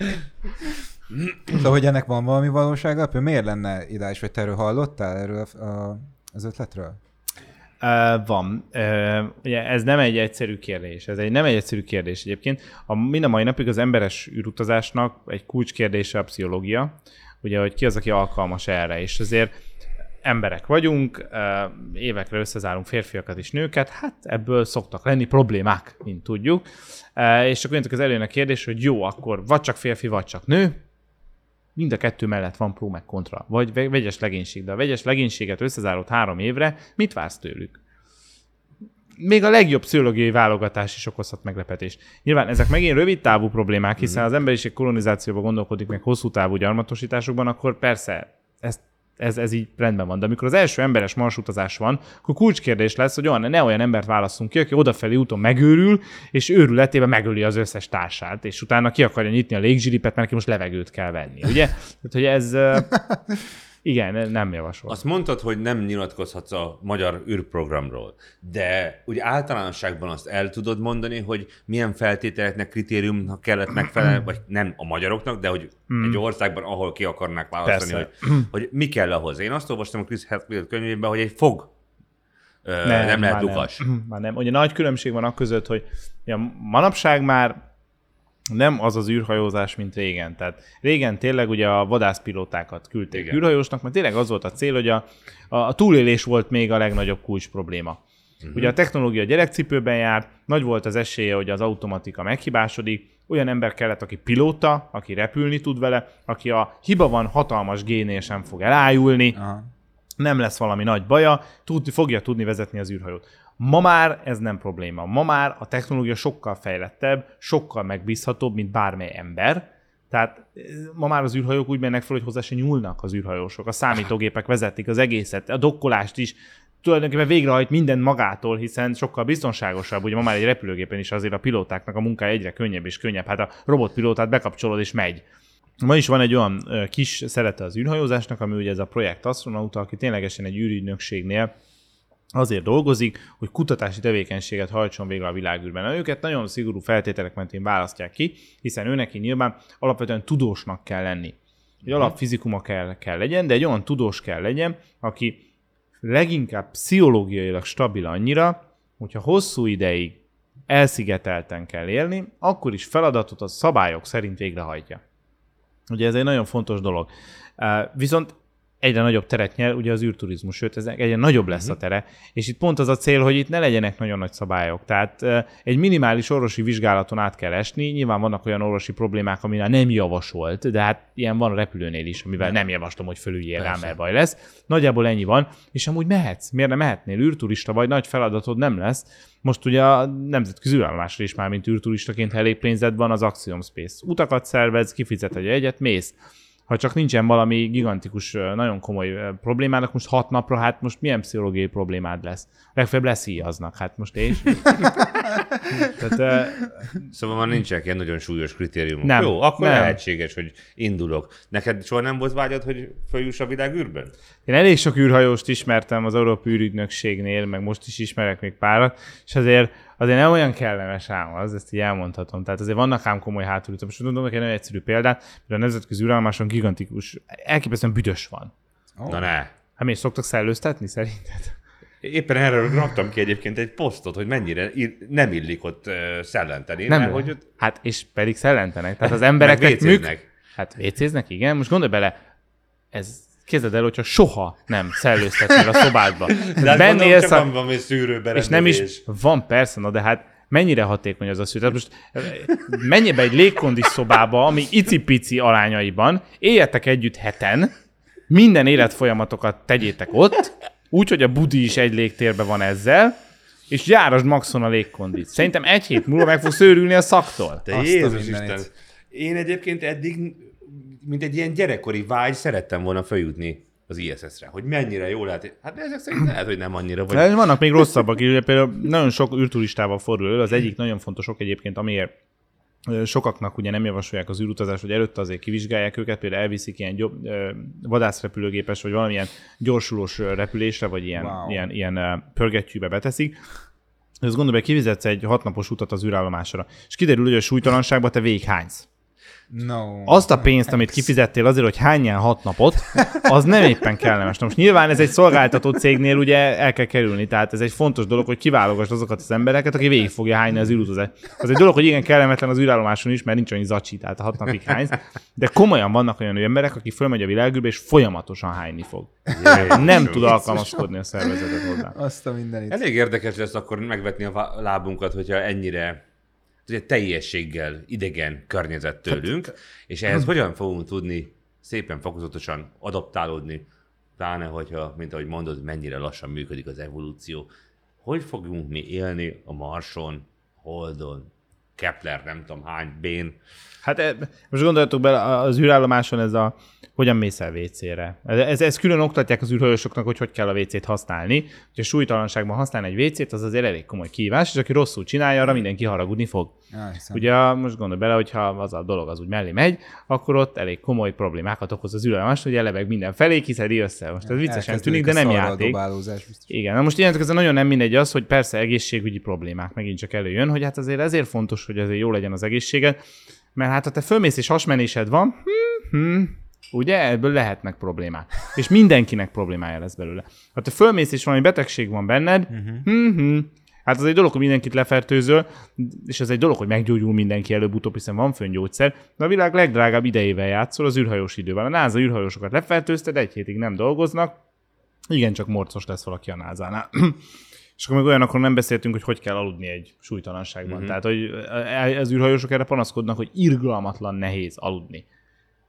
Szóval, hogy ennek van valami valóság alapja? Miért lenne ideális, vagy te erről hallottál erről a, az ötletről? Uh, van. Uh, ugye ez nem egy egyszerű kérdés. Ez egy nem egy egyszerű kérdés egyébként. A, mind a mai napig az emberes űrutazásnak egy kulcskérdése a pszichológia. Ugye, hogy ki az, aki alkalmas erre. És azért emberek vagyunk, uh, évekre összezárunk férfiakat és nőket, hát ebből szoktak lenni problémák, mint tudjuk. Uh, és akkor jönnek az előjön a kérdés, hogy jó, akkor vagy csak férfi, vagy csak nő. Mind a kettő mellett van pró meg kontra. Vagy vegyes legénység. De a vegyes legénységet összezárod három évre, mit vársz tőlük? Még a legjobb pszichológiai válogatás is okozhat meglepetést. Nyilván ezek megint rövid távú problémák, hiszen az emberiség kolonizációban gondolkodik meg hosszú távú gyarmatosításokban, akkor persze ezt Ez, ez így rendben van. De amikor az első emberes marsutazás van, akkor kulcskérdés lesz, hogy olyan, ne olyan embert válasszunk ki, aki odafelé úton megőrül, és őrületében megöli az összes társát, és utána ki akarja nyitni a légzsilipet, mert neki most levegőt kell venni. Ugye? Tehát, hogy ez... Igen, nem javasol. Azt mondtad, hogy nem nyilatkozhatsz a magyar űrprogramról, de ugye általánosságban azt el tudod mondani, hogy milyen feltételeknek, kritériumnak kellett megfelelni, vagy nem a magyaroknak, de hogy hmm. egy országban, ahol ki akarnák választani, hogy, hogy mi kell ahhoz. Én azt olvastam a Chris Hadfield könyvében, hogy egy fog nem, nem lehet lukas. Nem. Már nem. Ugye nagy különbség van a között, hogy ja, manapság már nem az az űrhajózás, mint régen. Tehát régen tényleg ugye a vadászpilótákat küldték Igen. űrhajósnak, mert tényleg az volt a cél, hogy a, a túlélés volt még a legnagyobb kulcs probléma. Uh-huh. Ugye a technológia gyerekcipőben járt, nagy volt az esélye, hogy az automatika meghibásodik, olyan ember kellett, aki pilóta, aki repülni tud vele, aki a hiba van hatalmas génél sem fog elájulni. Uh-huh. nem lesz valami nagy baja, tudni, fogja tudni vezetni az űrhajót. Ma már ez nem probléma. Ma már a technológia sokkal fejlettebb, sokkal megbízhatóbb, mint bármely ember. Tehát ma már az űrhajók úgy mennek fel, hogy hozzá se nyúlnak az űrhajósok. A számítógépek vezetik az egészet, a dokkolást is tulajdonképpen végrehajt minden magától, hiszen sokkal biztonságosabb. Ugye ma már egy repülőgépen is azért a pilótáknak a munkája egyre könnyebb és könnyebb. Hát a robotpilótát bekapcsolod és megy. Ma is van egy olyan kis szerete az űrhajózásnak, ami ugye ez a projekt Astronauta, aki ténylegesen egy űrügynökségnél azért dolgozik, hogy kutatási tevékenységet hajtson végre a világűrben. Na, őket nagyon szigorú feltételek mentén választják ki, hiszen őneki nyilván alapvetően tudósnak kell lenni. Egy alapfizikuma kell, kell legyen, de egy olyan tudós kell legyen, aki leginkább pszichológiailag stabil annyira, hogyha hosszú ideig elszigetelten kell élni, akkor is feladatot a szabályok szerint végrehajtja. Ugye ez egy nagyon fontos dolog. Viszont egyre nagyobb teret nyer ugye az űrturizmus, sőt, ez egyre nagyobb lesz a tere, és itt pont az a cél, hogy itt ne legyenek nagyon nagy szabályok. Tehát egy minimális orvosi vizsgálaton át kell esni, nyilván vannak olyan orvosi problémák, aminál nem javasolt, de hát ilyen van a repülőnél is, amivel nem javaslom, hogy fölüljél rá, mert baj lesz. Nagyjából ennyi van, és amúgy mehetsz. Miért nem mehetnél? Űrturista vagy, nagy feladatod nem lesz. Most ugye a nemzetközi űrállomásra is már, mint űrturistaként, ha elég pénzed van, az Axiom Space. Utakat szervez, kifizet egy egyet, mész. Ha csak nincsen valami gigantikus, nagyon komoly problémának, most hat napra, hát most milyen pszichológiai problémád lesz? Legfeljebb leszíjaznak, hát most és. Tehát, szóval már nincsenek ilyen nagyon súlyos kritériumok. Nem, Jó, akkor nem. lehetséges, hogy indulok. Neked soha nem volt vágyad, hogy feljuss a világűrben? Én elég sok űrhajóst ismertem az Európai űrügynökségnél, meg most is ismerek még párat, és azért, azért nem olyan kellemes ám az, ezt így elmondhatom. Tehát azért vannak ám komoly hátulütők. Most mondom neki egy nagyon egyszerű példát, hogy a nemzetközi űrállomáson gigantikus, elképesztően büdös van. Oh. Na ne. Hát miért szoktak szellőztetni szerinted? Éppen erről raktam ki egyébként egy posztot, hogy mennyire ir- nem illik ott uh, szellenteni. Nem, mert, hogy ott... Hát és pedig szellentenek. Tehát az embereknek Meg műk... Hát vécéznek, igen. Most gondolj bele, ez képzeld el, hogyha soha nem szellőztetnél a szobádba. De hát Bennél mondom, csak szak... van valami szűrőberendezés. És nem is van, persze, na de hát mennyire hatékony az a szűr. Tehát most menj be egy légkondis szobába, ami icipici arányaiban, éljetek együtt heten, minden életfolyamatokat tegyétek ott, úgy, hogy a budi is egy légtérben van ezzel, és járasd maxon a légkondit. Szerintem egy hét múlva meg fogsz őrülni a szaktól. De Jézus Isten. Én egyébként eddig, mint egy ilyen gyerekkori vágy, szerettem volna feljutni az i es es-re, hogy mennyire jó lehet. Hát ezek szerint lehet, hogy nem annyira. Vagy... De vannak még rosszabbak, ugye például nagyon sok űrturistával fordul elő, az egyik nagyon fontos ok egyébként, amiért sokaknak ugye nem javasolják az űrutazást, hogy előtte azért kivizsgálják őket, például elviszik ilyen gyob, vadászrepülőgépes, vagy valamilyen gyorsulós repülésre, vagy ilyen, wow. ilyen, ilyen pörgettyűbe beteszik. Ezt gondolom, hogy kivizetsz egy hatnapos utat az űrállomásra, és kiderül, hogy a súlytalanságban te végighánysz. No. Azt a pénzt, amit kifizettél azért, hogy hányjál hat napot, az nem éppen kellemes. Na most nyilván ez egy szolgáltató cégnél ugye el kell kerülni, tehát ez egy fontos dolog, hogy kiválogass azokat az embereket, aki végig fogja hányni az űrutazást. Az egy dolog, hogy igen kellemetlen az űrállomáson is, mert nincs annyi zacsi, tehát a hat napig hánysz, de komolyan vannak olyan emberek, akik fölmegy a világűrbe, és folyamatosan hányni fog. Nem tud alkalmazkodni a szervezetet hozzá. Azt a mindenit. Elég érdekes lesz akkor megvetni a lábunkat, hogyha ennyire ugye teljességgel idegen környezet tőlünk, és ehhez hogyan fogunk tudni szépen fokozatosan adaptálódni, pláne, hogyha, mint ahogy mondod, mennyire lassan működik az evolúció. Hogy fogunk mi élni a Marson, Holdon, Kepler, nem tudom hány, Bén? Hát most gondoljatok bele, az űrállomáson ez a hogyan mész el vécére. Ez, ez külön oktatják az űrhajósoknak, hogy hogy kell a vécét használni. Ha súlytalanságban használni egy vécét, az azért elég komoly kihívás, és aki rosszul csinálja, arra mindenki haragudni fog. Ja, ugye most gondolj bele, hogyha az a dolog az úgy mellé megy, akkor ott elég komoly problémákat okoz az űrállomás, hogy eleveg mindenfelé, kiszedi össze. Most ez ja, viccesen tűnik, de nem játék. Igen, na most ilyenek ez nagyon nem mindegy az, hogy persze egészségügyi problémák megint csak előjön, hogy hát azért ezért fontos, hogy azért jó legyen az egészséged, mert hát ha te fölmész és hasmenésed van, hm, hm, ugye, ebből lehetnek problémák. És mindenkinek problémája lesz belőle. Ha te fölmész és valami betegség van benned, uh-huh. hm, hm, hát az egy dolog, hogy mindenkit lefertőzöl, és ez egy dolog, hogy meggyógyul mindenki előbb-utóbb, hiszen van fönn gyógyszer, de a világ legdrágább idejével játszol az űrhajós idővel. A NASA űrhajósokat lefertőzted, egy hétig nem dolgoznak, igen, csak morcos lesz valaki a názánál. És akkor még olyanokról nem beszéltünk, hogy hogy kell aludni egy súlytalanságban. Mm-hmm. Tehát, hogy az űrhajósok erre panaszkodnak, hogy irgalmatlan nehéz aludni.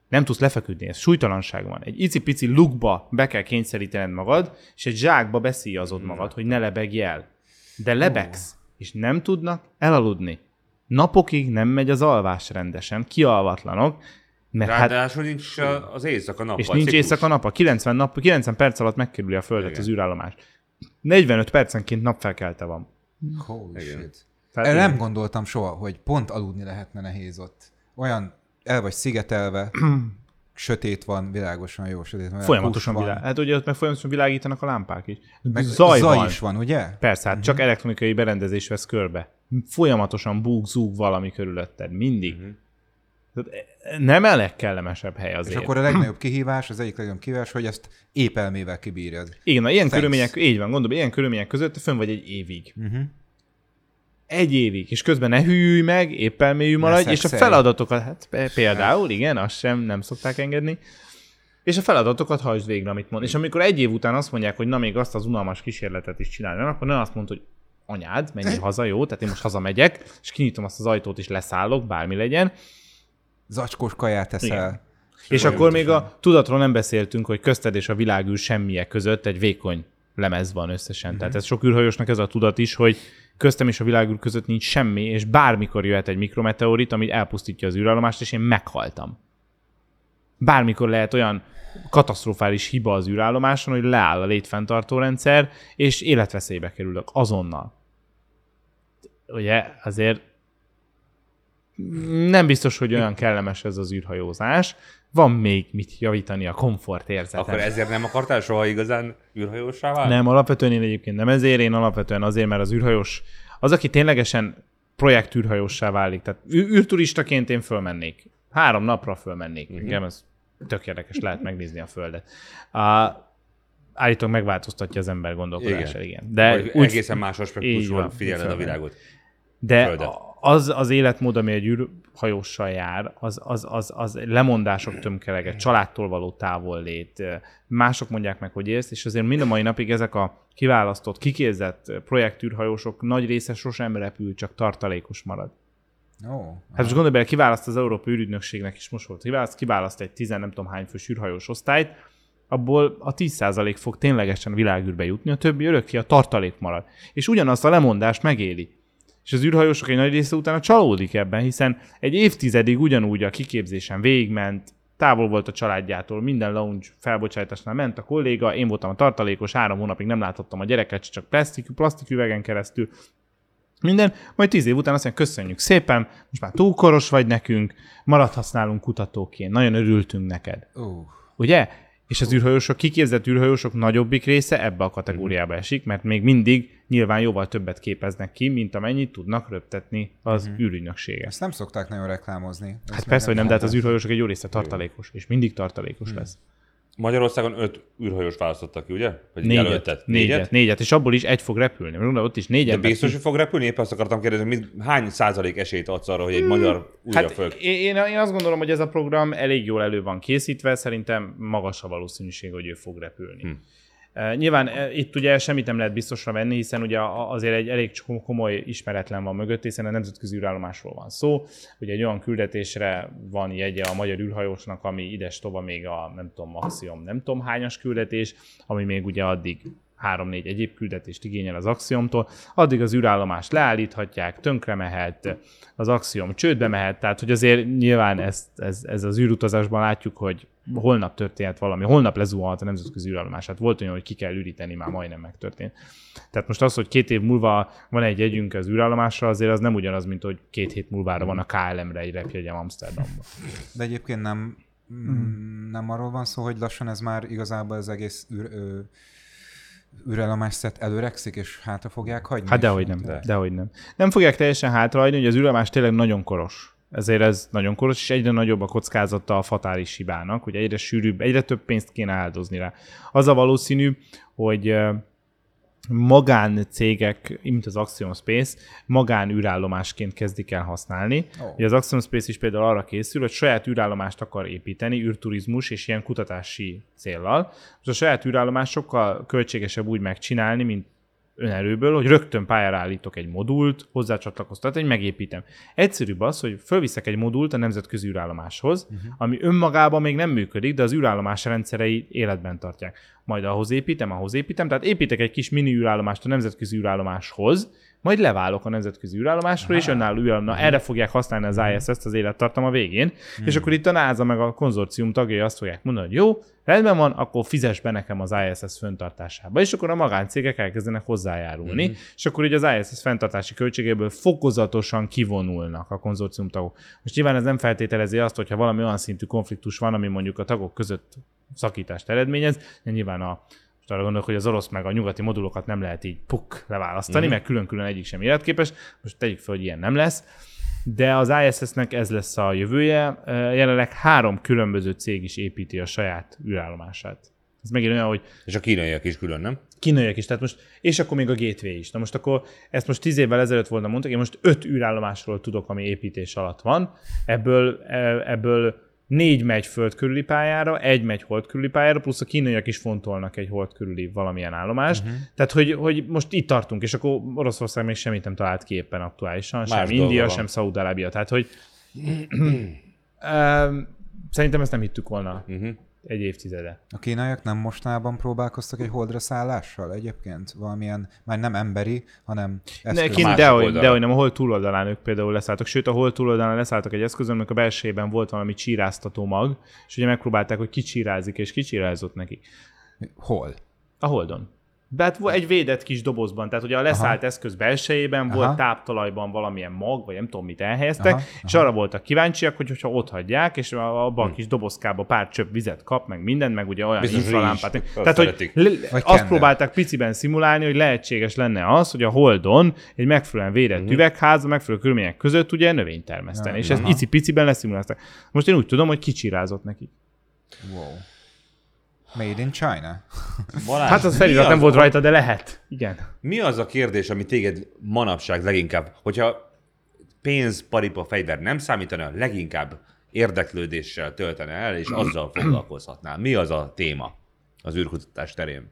Nem tudsz lefeküdni, ez súlytalanság van. Egy icipici lukba be kell kényszerítened magad, és egy zsákba beszíjazod magad, hogy ne lebegj el. De lebegsz, és nem tudnak elaludni. Napokig nem megy az alvás rendesen, kialvatlanok, mert Ráadásul hát, nincs az éjszaka nappal. és nincs éjszaka nap, kilencven, nap, kilencven perc alatt megkerüli a Földet igen. az űrállomás. negyvenöt percenként napfelkelte van. Holy igen. shit. Tehát Erre igen. nem gondoltam soha, hogy pont aludni lehetne nehéz ott. Olyan el vagy szigetelve, sötét van, világosan jó sötét van. Folyamatosan van. világ. Hát ugye ott meg folyamatosan világítanak a lámpák is. Meg Zaj, zaj van. is van, ugye? Persze, hát uh-huh. csak elektronikai berendezés vesz körbe. Folyamatosan búg, zúg valami körülötted. Mindig. Uh-huh. Tehát nem a legkellemesebb hely azért. És akkor a legnagyobb kihívás, az egyik legnagyobb kihívás, hogy ezt épelmével kibírjad. Igen, na, ilyen Thanks. körülmények, így van, gondolom, ilyen körülmények között fönn vagy egy évig. Uh-huh. Egy évig, és közben ne hűlj meg, épelmélyű maradj, és a feladatokat, hát például, igen, azt sem nem szokták engedni, és a feladatokat hajtsd végre, amit mond. És amikor egy év után azt mondják, hogy na még azt az unalmas kísérletet is csinálni, akkor ne azt mondod, hogy anyád, menjél haza, jó, tehát én most hazamegyek, és kinyitom azt az ajtót, és leszállok, bármi legyen. Zacskós kaját teszel. Igen. És akkor még a tudatról nem beszéltünk, hogy közted és a világűr semmije között egy vékony lemez van összesen. Uh-huh. Tehát ez sok űrhajósnak ez a tudat is, hogy köztem és a világűr között nincs semmi, és bármikor jöhet egy mikrometeorit, ami elpusztítja az űrállomást, és én meghaltam. Bármikor lehet olyan katasztrofális hiba az űrállomáson, hogy leáll a létfenntartó rendszer, és életveszélybe kerülök azonnal. Ugye azért nem biztos, hogy olyan kellemes ez az űrhajózás. Van még mit javítani a komfortérzeten. Akkor ezért nem akartál soha igazán űrhajóssá válni? Nem, alapvetően én egyébként nem ezért, én alapvetően azért, mert az űrhajós, az, aki ténylegesen projekt űrhajóssá válik, tehát ű- űrturistaként én fölmennék. Három napra fölmennék. Uh-huh. Igen, ez tök érdekes, lehet megnézni a Földet. Uh, állítólag megváltoztatja az ember gondolkodását, igen. igen. De úgy, egészen más aspektusról figyeled a világot. De Földet. az az életmód, ami egy űrhajóssal jár, az, az, az, az lemondások tömkelege, családtól való távollét, mások mondják meg, hogy élsz, és azért mind a mai napig ezek a kiválasztott, kiképzett projektűrhajósok nagy része sosem repül, csak tartalékos marad. Oh, hát most gondolj bele, kiválaszt az Európai űrügynökségnek is most volt, kiválaszt, kiválaszt egy tizen nem tudom hány fős űrhajós osztályt, abból a tíz százalék fog ténylegesen világűrbe jutni, a többi örökké a tartalék marad. És ugyanazt a lemondást megéli. És az űrhajósok egy nagy része utána csalódik ebben, hiszen egy évtizedig ugyanúgy a kiképzésen végigment, távol volt a családjától, minden lounge felbocsátásnál ment a kolléga, én voltam a tartalékos, három hónapig nem láthattam a gyereket, csak plastik, plastiküvegen keresztül. Minden, majd tíz év után azt mondja, köszönjük szépen, most már túl koros vagy nekünk, maradhatsz nálunk kutatóként, nagyon örültünk neked. Uh. Ugye? És az űrhajósok, kiképzett űrhajósok nagyobbik része ebbe a kategóriába esik, mert még mindig nyilván jóval többet képeznek ki, mint amennyit tudnak röptetni az uh-huh. űrügynökségek. Ezt nem szokták nagyon reklámozni. Hát Ezt persze, hogy nem, de hát az látás. űrhajósok egy jó része tartalékos, és mindig tartalékos Hmm. lesz. Magyarországon öt űrhajós választottak ki, ugye? Vagy Négyet, jelöltet? négyet, négyet, és abból is egy fog repülni. Mert ott is négyet. De biztos, hogy fog repülni? Épp azt akartam kérdezni, mit, hány százalék esélyt adsz arra, hogy egy magyar újra Hát föl... én, én azt gondolom, hogy ez a program elég jól elő van készítve, szerintem magas a valószínűség, hogy ő fog repülni. Hm. Uh, nyilván uh, itt ugye semmit nem lehet biztosra venni, hiszen ugye azért egy elég komoly ismeretlen van mögött, hiszen a nemzetközi űrállomásról van szó. Ugye egy olyan küldetésre van jegye a magyar űrhajósnak, ami ides tova még a nem tudom, Axiom nem tudom hányas küldetés, ami még ugye addig három-négy egyéb küldetést igényel az Axiomtól, addig az űrállomást leállíthatják, tönkre mehet, az Axiom csődbe mehet, tehát hogy azért nyilván ezt, ez, ez az űrutazásban látjuk, hogy holnap történhet valami, holnap lezuhanhat a nemzetközi űrállomás. Hát volt olyan, hogy ki kell üríteni, már majdnem megtörtént. Tehát most az, hogy két év múlva van egy jegyünk az űrállomásra, azért az nem ugyanaz, mint hogy két hét múlvára van a ká el emre egy repjegyem Amsterdamba. De egyébként nem, mm. nem arról van szó, hogy lassan ez már igazából az egész űr, ö, űrállomás szett előrekszik, és hátra fogják hagyni? Hát dehogy nem, de. dehogy nem. Nem fogják teljesen hátrahagyni, hogy az űrállomás tényleg nagyon koros. Ezért ez nagyon koros, és egyre nagyobb a kockázata a fatális hibának, hogy egyre sűrűbb, egyre több pénzt kéne áldozni rá. Az a valószínű, hogy magáncégek, mint az Axiom Space, magán űrállomásként kezdik el használni. Oh. Ugye az Axiom Space is például arra készül, hogy saját űrállomást akar építeni, űrturizmus és ilyen kutatási céllal. Most a saját űrállomás sokkal költségesebb úgy megcsinálni, mint önerőből, hogy rögtön pályára állítok egy modult, hozzácsatlakoztat, egy megépítem. Egyszerűbb az, hogy fölviszek egy modult a nemzetközi űrállomáshoz, uh-huh. ami önmagában még nem működik, de az űrállomás rendszerei életben tartják. Majd ahhoz építem, ahhoz építem, tehát építek egy kis mini űrállomást a nemzetközi űrállomáshoz, majd leválok a nemzetközi űrállomásról, és önálló űrállomás. Na, erre fogják használni az I S S-t az élettartama végén, hmm. és akkor itt a NASA meg a konzorcium tagjai azt fogják mondani, hogy jó, rendben van, akkor fizess be nekem az I S S fenntartásába. És akkor a magáncégek elkezdenek hozzájárulni, hmm. és akkor így az I S S fenntartási költségéből fokozatosan kivonulnak a konzorcium tagok. Most nyilván ez nem feltételezi azt, hogyha valami olyan szintű konfliktus van, ami mondjuk a tagok között szakítást eredményez, nyilván a arra gondolok, hogy az orosz meg a nyugati modulokat nem lehet így puk leválasztani, mm-hmm. mert külön-külön egyik sem életképes. Most tegyük fel, hogy ilyen nem lesz. De az I S S-nek ez lesz a jövője. Jelenleg három különböző cég is építi a saját űrállomását. Ez megint olyan, hogy... És a kínaiak is külön, nem? Kínaiak is, tehát most, és akkor még a Gateway is. Na most akkor ezt most tíz évvel ezelőtt volna mondtak, én most öt űrállomásról tudok, ami építés alatt van. Ebből, ebből négy megy föld körüli pályára, egy megy hold körüli pályára, plusz a kínaiak is fontolnak egy hold körüli valamilyen állomást. Uh-huh. Tehát, hogy, hogy most itt tartunk, és akkor Oroszország még semmit nem talált ki éppen aktuálisan, más sem India, van. Sem Szaúd-Arábia. Tehát, hogy szerintem ezt nem hittük volna uh-huh. egy évtizede. A kínaiak nem mostában próbálkoztak egy holdra szállással egyébként? Valamilyen, már nem emberi, hanem eszköz. Ne, dehogy, dehogy nem, a hold túloldalán ők például leszálltak. Sőt, a hold túloldalán leszálltak egy eszközön, aminek a belsejében volt valami csíráztató mag, és ugye megpróbálták, hogy kicsírázik, és kicsirázott neki. Hol? A holdon. De hát egy védett kis dobozban, tehát ugye a leszállt aha. eszköz belsejében aha. volt táptalajban valamilyen mag, vagy nem tudom mit elhelyeztek, aha. és aha. arra voltak kíváncsiak, hogy hogyha ott hagyják, és abban hmm. a kis dobozkába pár csöpp vizet kap, meg mindent, meg ugye olyan infralámpát. Tehát, hogy le- azt próbálták piciben szimulálni, hogy lehetséges lenne az, hogy a holdon egy megfelelően védett hmm. üvegház, megfelelő körülmények között ugye növényt termeszteni. Ja, és aha. ezt icipiciben leszimulálták. Most én úgy tudom, hogy kicsirázott neki. Wow. Made in China. Balázs, hát az felirat nem volt rajta, de lehet. Igen. Mi az a kérdés, ami téged manapság leginkább, hogyha pénz, paripa, fegyver nem számítana, leginkább érdeklődéssel töltene el, és azzal foglalkozhatnál? Mi az a téma az űrkutatás terén?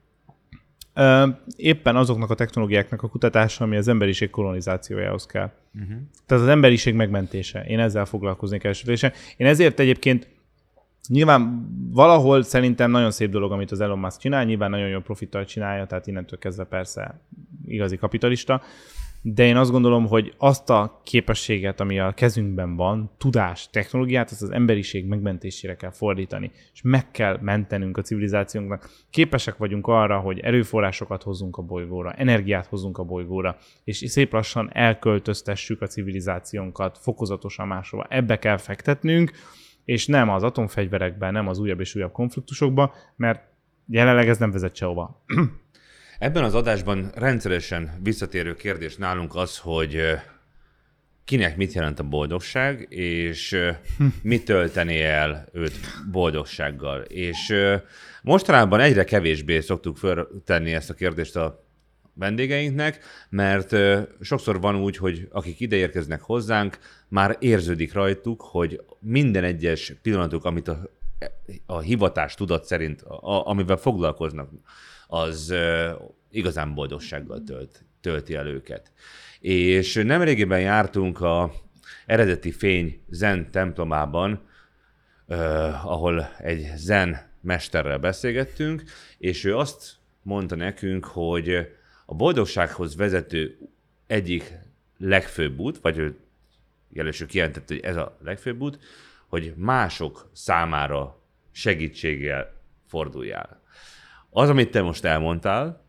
Éppen azoknak a technológiáknak a kutatása, ami az emberiség kolonizációjához kell. Uh-huh. Tehát az emberiség megmentése. Én ezzel foglalkoznék elsősorban. Én ezért egyébként nyilván valahol szerintem nagyon szép dolog, amit az Elon Musk csinál, nyilván nagyon jó profittal csinálja, tehát innentől kezdve persze igazi kapitalista, de én azt gondolom, hogy azt a képességet, ami a kezünkben van, tudás, technológiát, azt az emberiség megmentésére kell fordítani, és meg kell mentenünk a civilizációnknak. Képesek vagyunk arra, hogy erőforrásokat hozzunk a bolygóra, energiát hozzunk a bolygóra, és szép lassan elköltöztessük a civilizációnkat fokozatosan máshova. Ebbe kell fektetnünk, és nem az atomfegyverekben, nem az újabb és újabb konfliktusokba, mert jelenleg ez nem vezet sehova. Ebben az adásban rendszeresen visszatérő kérdés nálunk az, hogy kinek mit jelent a boldogság, és mit töltené el őt boldogsággal. És mostanában egyre kevésbé szoktuk feltenni ezt a kérdést a vendégeinknek, mert sokszor van úgy, hogy akik ide érkeznek hozzánk, már érződik rajtuk, hogy minden egyes pillanatuk, amit a, a hivatás tudat szerint, a, amivel foglalkoznak, az igazán boldogsággal tölt, tölti el őket. És nemrégiben jártunk a Eredeti Fény Zen templomában, eh, ahol egy zen mesterrel beszélgettünk, és ő azt mondta nekünk, hogy a boldogsághoz vezető egyik legfőbb út, vagy ő jelesül kijelentette, hogy ez a legfőbb út, hogy mások számára segítséggel forduljál. Az, amit te most elmondtál,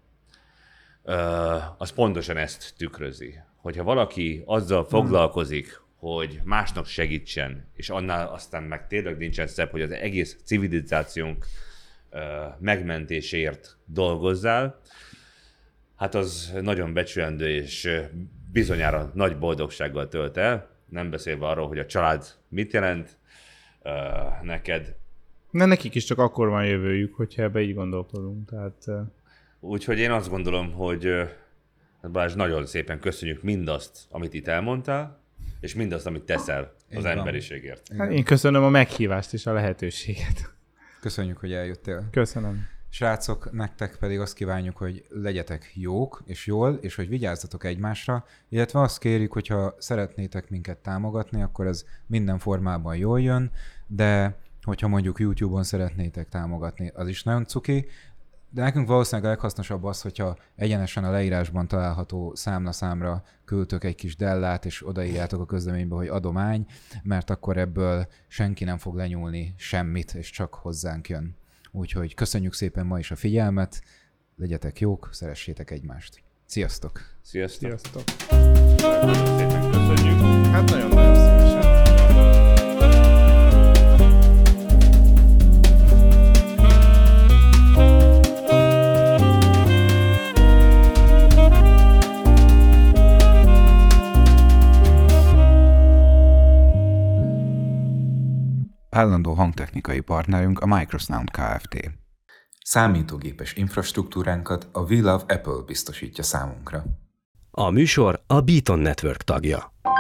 az pontosan ezt tükrözi. Hogyha valaki azzal foglalkozik, hogy másnak segítsen, és annál aztán meg tényleg nincsen szebb, hogy az egész civilizációnk megmentéséért dolgozzál, hát az nagyon becsülendő, és bizonyára nagy boldogsággal tölt el, nem beszélve arról, hogy a család mit jelent uh, neked. Ne, nekik is csak akkor van jövőjük, hogyha ebbe így gondolkodunk. Tehát, uh... Úgyhogy én azt gondolom, hogy uh, Balázs, nagyon szépen köszönjük mindazt, amit itt elmondtál, és mindazt, amit teszel az Igen. emberiségért. Hát én köszönöm a meghívást és a lehetőséget. Köszönjük, hogy eljöttél. Köszönöm. Srácok, nektek pedig azt kívánjuk, hogy legyetek jók és jól, és hogy vigyázzatok egymásra, illetve azt kérjük, hogyha szeretnétek minket támogatni, akkor ez minden formában jól jön, de hogyha mondjuk YouTube-on szeretnétek támogatni, az is nagyon cuki, de nekünk valószínűleg a leghasznosabb az, hogyha egyenesen a leírásban található számlaszámra küldtök egy kis dellát, és odaírjátok a közleménybe, hogy adomány, mert akkor ebből senki nem fog lenyúlni semmit, és csak hozzánk jön. Úgyhogy köszönjük szépen ma is a figyelmet, legyetek jók, szeressétek egymást. Sziasztok! Sziasztok! Sziasztok! Nagyon szépen köszönjük. Hát nagyon-nagyon szívesen. Állandó hangtechnikai partnerünk a Microsound Kft. Számítógépes infrastruktúránkat a We Love Apple biztosítja számunkra. A műsor a Beaton Network tagja.